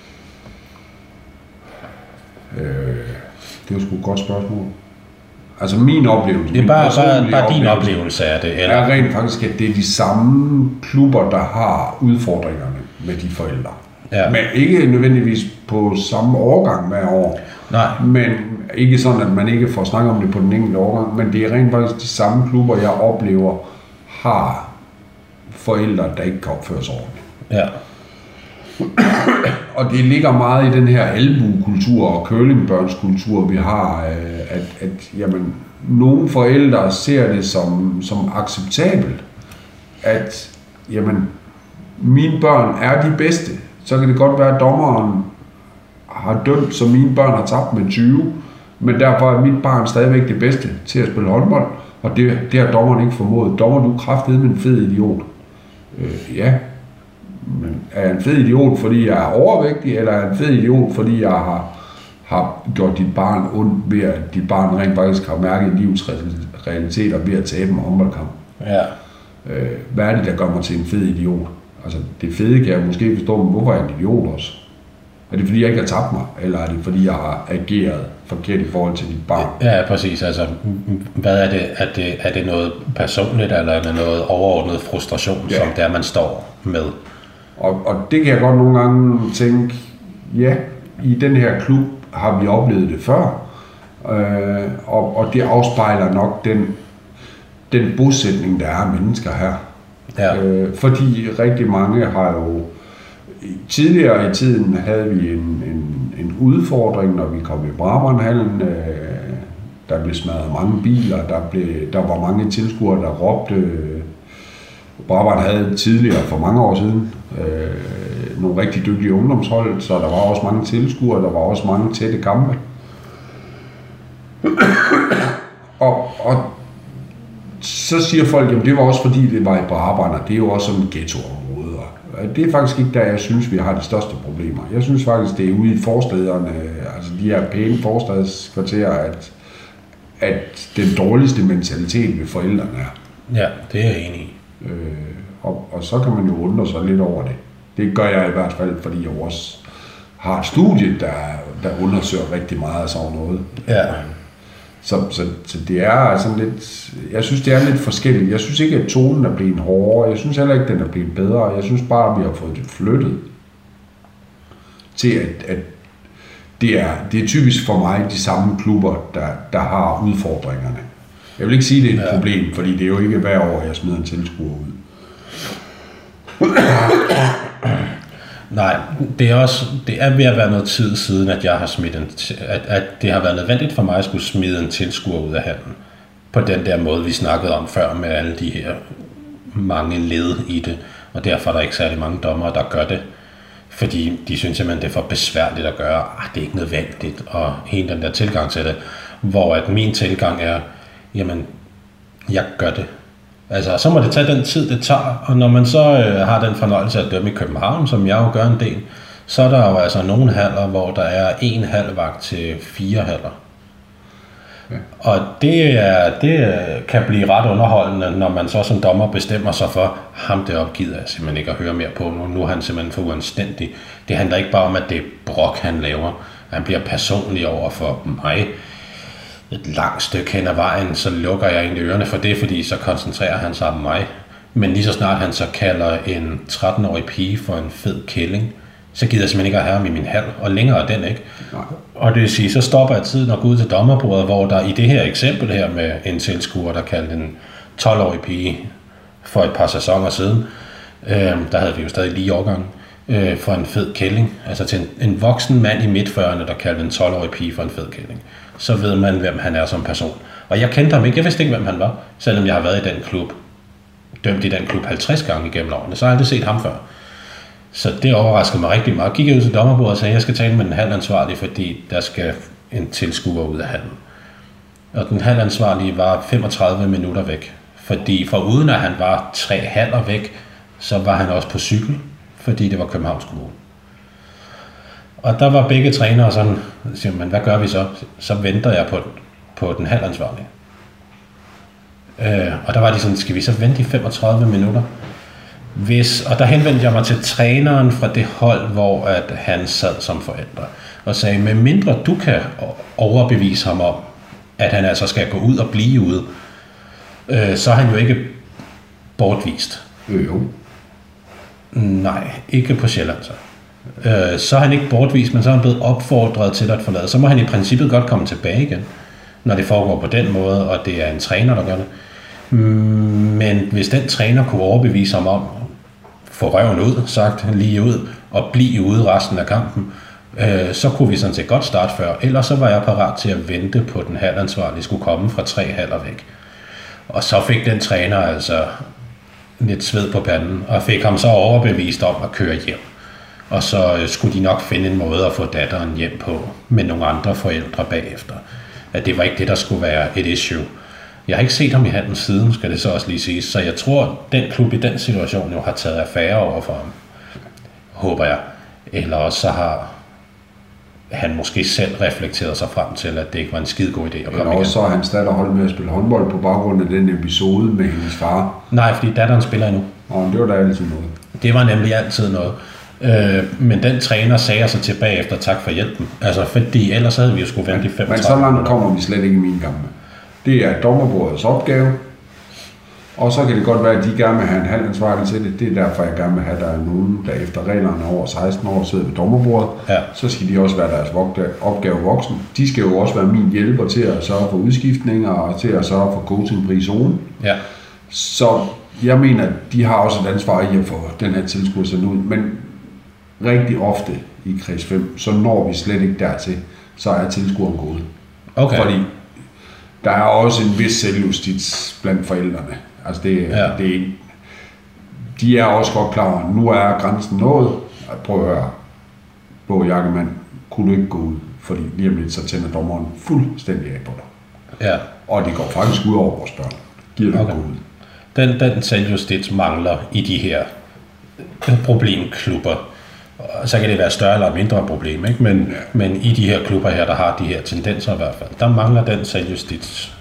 Øh, det er jo sgu et godt spørgsmål. Altså min oplevelse, det er bare, bare, bare din oplevelse af det, eller? Er rent faktisk, at det er de samme klubber, der har udfordringerne med de forældre. Ja. Men ikke nødvendigvis på samme årgang hver år. Nej. Men ikke sådan, at man ikke får snakket om det på den enkelte årgang, men det er rent faktisk de samme klubber, jeg oplever, har forældre, der ikke kan opføre sig ordentligt. Ja. Og det ligger meget i den her albuekultur og curlingbørnskultur, vi har, at, at jamen, nogle forældre ser det som, som acceptabelt, at jamen, mine børn er de bedste. Så kan det godt være, at dommeren har dømt, så mine børn har tabt med tyve, men derfor er mit barn stadigvæk det bedste til at spille håndbold, og det, det har dommeren ikke formået. Dommer, du er kraftedeme en fed idiot. Øh, ja, men er jeg en fed idiot, fordi jeg er overvægtig, eller er jeg en fed idiot, fordi jeg har, har gjort dit barn ondt ved, at dit barn rent faktisk har mærket livets realiteter ved at tabe en håndboldkamp? Ja. Øh, hvad er det, der gør mig til en fed idiot? Altså, det fede kan jeg måske forstå, men hvorfor er jeg en idiot også? Er det fordi, jeg ikke har tabt mig, eller er det fordi, jeg har ageret forkert i forhold til dit barn? Ja, præcis. Altså, hvad er det? Er det, er det noget personligt, eller er det noget overordnet frustration, ja. som det er, man står med? Og, og det kan jeg godt nogle gange tænke, ja, i den her klub har vi oplevet det før, øh, og, og det afspejler nok den, den bosætning, der er af mennesker her. Ja. Øh, fordi rigtig mange har jo tidligere i tiden havde vi en, en, en udfordring, når vi kom i Brabrandhallen. Øh, der blev smadret mange biler, der, blev, der var mange tilskuere, der råbte. Brabrand havde tidligere, for mange år siden, øh, nogle rigtig dygtige ungdomshold, så der var også mange tilskuere, der var også mange tætte kampe. og, og så siger folk, at det var også fordi, det var i Brabrand, og det er jo også som et ghettoområde. Det er faktisk ikke der, jeg synes, vi har de største problemer. Jeg synes faktisk, det er ude i forstederne, altså de her pæne forstadskvarterer, at, at den dårligste mentalitet ved forældrene er. Ja, det er jeg enig i. Øh, og, og så kan man jo undre sig lidt over det. Det gør jeg i hvert fald, fordi jeg også har et studie, der, der undersøger rigtig meget af sådan noget. Ja. Så, så, så det er sådan lidt, jeg synes det er lidt forskelligt. Jeg synes ikke, at tonen er blevet hårdere. Jeg synes heller ikke, at den er blevet bedre. Jeg synes bare, at vi har fået det flyttet til, at, at det, er, det er typisk for mig de samme klubber, der, der har udfordringerne. Jeg vil ikke sige, at det er et ja. problem, fordi det er jo ikke hver år, jeg smider en tilskuer ud. Nej, det er også det er ved at være noget tid siden, at jeg har smidt en, at, at det har været nødvendigt for mig at skulle smide en tilskuer ud af hallen. På den der måde, vi snakkede om før med alle de her mange led i det. og derfor er der ikke særlig mange dommere, der gør det, fordi de synes simpelthen, det er for besværligt at gøre, ah, det er ikke nødvendigt, og hele den der tilgang til det, hvor at min tilgang er, jamen, jeg gør det. Altså, så må det tage den tid, det tager, og når man så øh, har den fornøjelse at dømme i København, som jeg jo gør en del, så er der jo altså nogle haller, hvor der er en halv vagt til fire haller. Ja. Og det, er, det kan blive ret underholdende, når man så som dommer bestemmer sig for, ham det opgivet jeg simpelthen ikke at høre mere på nu. Nu er han simpelthen for uanstændig. Det handler ikke bare om, at det er brok, han laver. Han bliver personlig over for mig. Et langt stykke hen ad vejen, så lukker jeg egentlig ørerne for det, fordi så koncentrerer han sig om mig. Men lige så snart han så kalder en tretten-årig pige for en fed kælling, så gider jeg simpelthen ikke at have ham i min hal, og længere er den ikke. Nej. Og det vil sige, så stopper jeg tiden og går ud til dommerbordet, hvor der i det her eksempel her med en tilskuer, der kaldte en tolv-årig pige for et par sæsoner siden, øh, der havde vi jo stadig lige årgang, øh, for en fed kælling, altså til en, en voksen mand i midt-fyrrerne, der kaldte en tolv-årig pige for en fed kælling, så ved man, hvem han er som person. Og jeg kendte ham ikke, jeg vidste ikke, hvem han var, selvom jeg har været i den klub, dømt i den klub halvtreds gange igennem årene, så har jeg aldrig set ham før. Så det overraskede mig rigtig meget. Jeg gik ud til dommerbordet og sagde, at jeg skal tale med den halvansvarlige, fordi der skal en tilskuer ud af hallen. Og den halvansvarlige var femogtredive minutter væk. Fordi for uden at han var tre haller væk, så var han også på cykel, fordi det var Københavns Kommune. Og der var begge trænere sådan, siger man, hvad gør vi så? Så venter jeg på, på den halvansvarlige. Øh, og der var de sådan, skal vi så vente i femogtredive minutter? Hvis, og der henvendte jeg mig til træneren fra det hold, hvor at han sad som forældre, og sagde, med mindre du kan overbevise ham om, at han altså skal gå ud og blive ude, øh, så er han jo ikke bortvist. Øh, jo. Nej, ikke på Sjælland så. Øh, så er han ikke bortvist, men så er han blevet opfordret til at forlade. Så må han i princippet godt komme tilbage igen, når det foregår på den måde, og det er en træner, der gør det. Men hvis den træner kunne overbevise ham om, få røven ud, sagt lige ud, og blive ude resten af kampen, øh, så kunne vi sådan set godt starte før. Ellers så var jeg parat til at vente på, den halvansvarlige skulle komme fra tre haller væk. Og så fik den træner altså lidt sved på panden, og fik ham så overbevist om at køre hjem. Og så øh, skulle de nok finde en måde at få datteren hjem på, med nogle andre forældre bagefter. At det var ikke det, der skulle være et issue. Jeg har ikke set ham i handen siden, skal det så også lige siges. Så jeg tror, at den klub i den situation jo har taget affære over for ham. Håber jeg. Eller også så har han måske selv reflekteret sig frem til, at det ikke var en skide god idé at komme igen. Eller også så har hans datter holdt med at spille håndbold på baggrund af den episode med hendes far. Nej, fordi datteren spiller endnu. Og det var da altid noget. Det var nemlig altid noget. Øh, men den træner sagde sig tilbage efter tak for hjælpen. Altså, fordi ellers havde vi jo skulle vente i femogtredive. Men så langt kommer vi slet ikke i min kamp. Det er dommerbordets opgave, og så kan det godt være, at de gerne vil have en halvansvarlig til det. Det er derfor, jeg gerne vil have, at der er nogen, der efter reglerne over seksten år sidder ved dommerbordet. Ja. Så skal de også være deres opgave voksen. De skal jo også være min hjælper til at sørge for udskiftninger og til at sørge for coaching i zonen. Ja. Så jeg mener, at de har også et ansvar i at få den her tilskuer sendt ud. Men rigtig ofte i kreds fem, så når vi slet ikke dertil, så er tilskueren gået. Okay. Fordi der er også en vis selvjustits blandt forældrene. Altså det, ja. det er, de er også godt klar over, nu er grænsen nået. Prøv at høre, Blå Jakkemand, kunne du ikke gå ud? Fordi lige om lidt, så tænder dommeren fuldstændig af på dig. Ja. Og det går faktisk ud over vores børn. Giver okay. Gå ud. Den, den selvjustits mangler i de her problemklubber. Så kan det være større eller mindre problem, ikke? Men, ja. men i de her klubber her, der har de her tendenser i hvert fald, der mangler den selvjustits.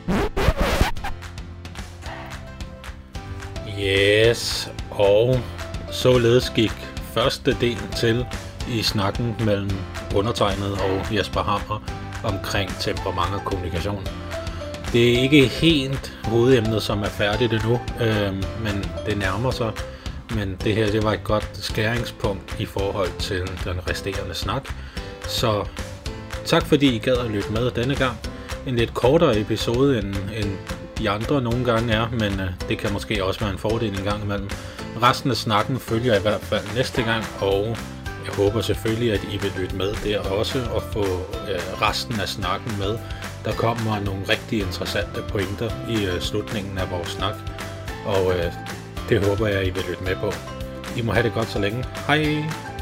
Yes, og således gik første del til i snakken mellem undertegnet og Jesper Hammer omkring temperament og kommunikation. Det er ikke helt hovedemnet, som er færdigt endnu, øh, men det nærmer sig. Men det her, det var et godt skæringspunkt i forhold til den resterende snak. Så tak fordi I gad at lytte med denne gang. En lidt kortere episode end, end de andre nogle gange er, men øh, det kan måske også være en fordel en gang imellem. Resten af snakken følger i hvert fald næste gang, og jeg håber selvfølgelig, at I vil lytte med der også og få øh, resten af snakken med. Der kommer nogle rigtig interessante pointer i øh, slutningen af vores snak, og øh, Det håber jeg, I vil lytte med på. I må have det godt så længe. Hej!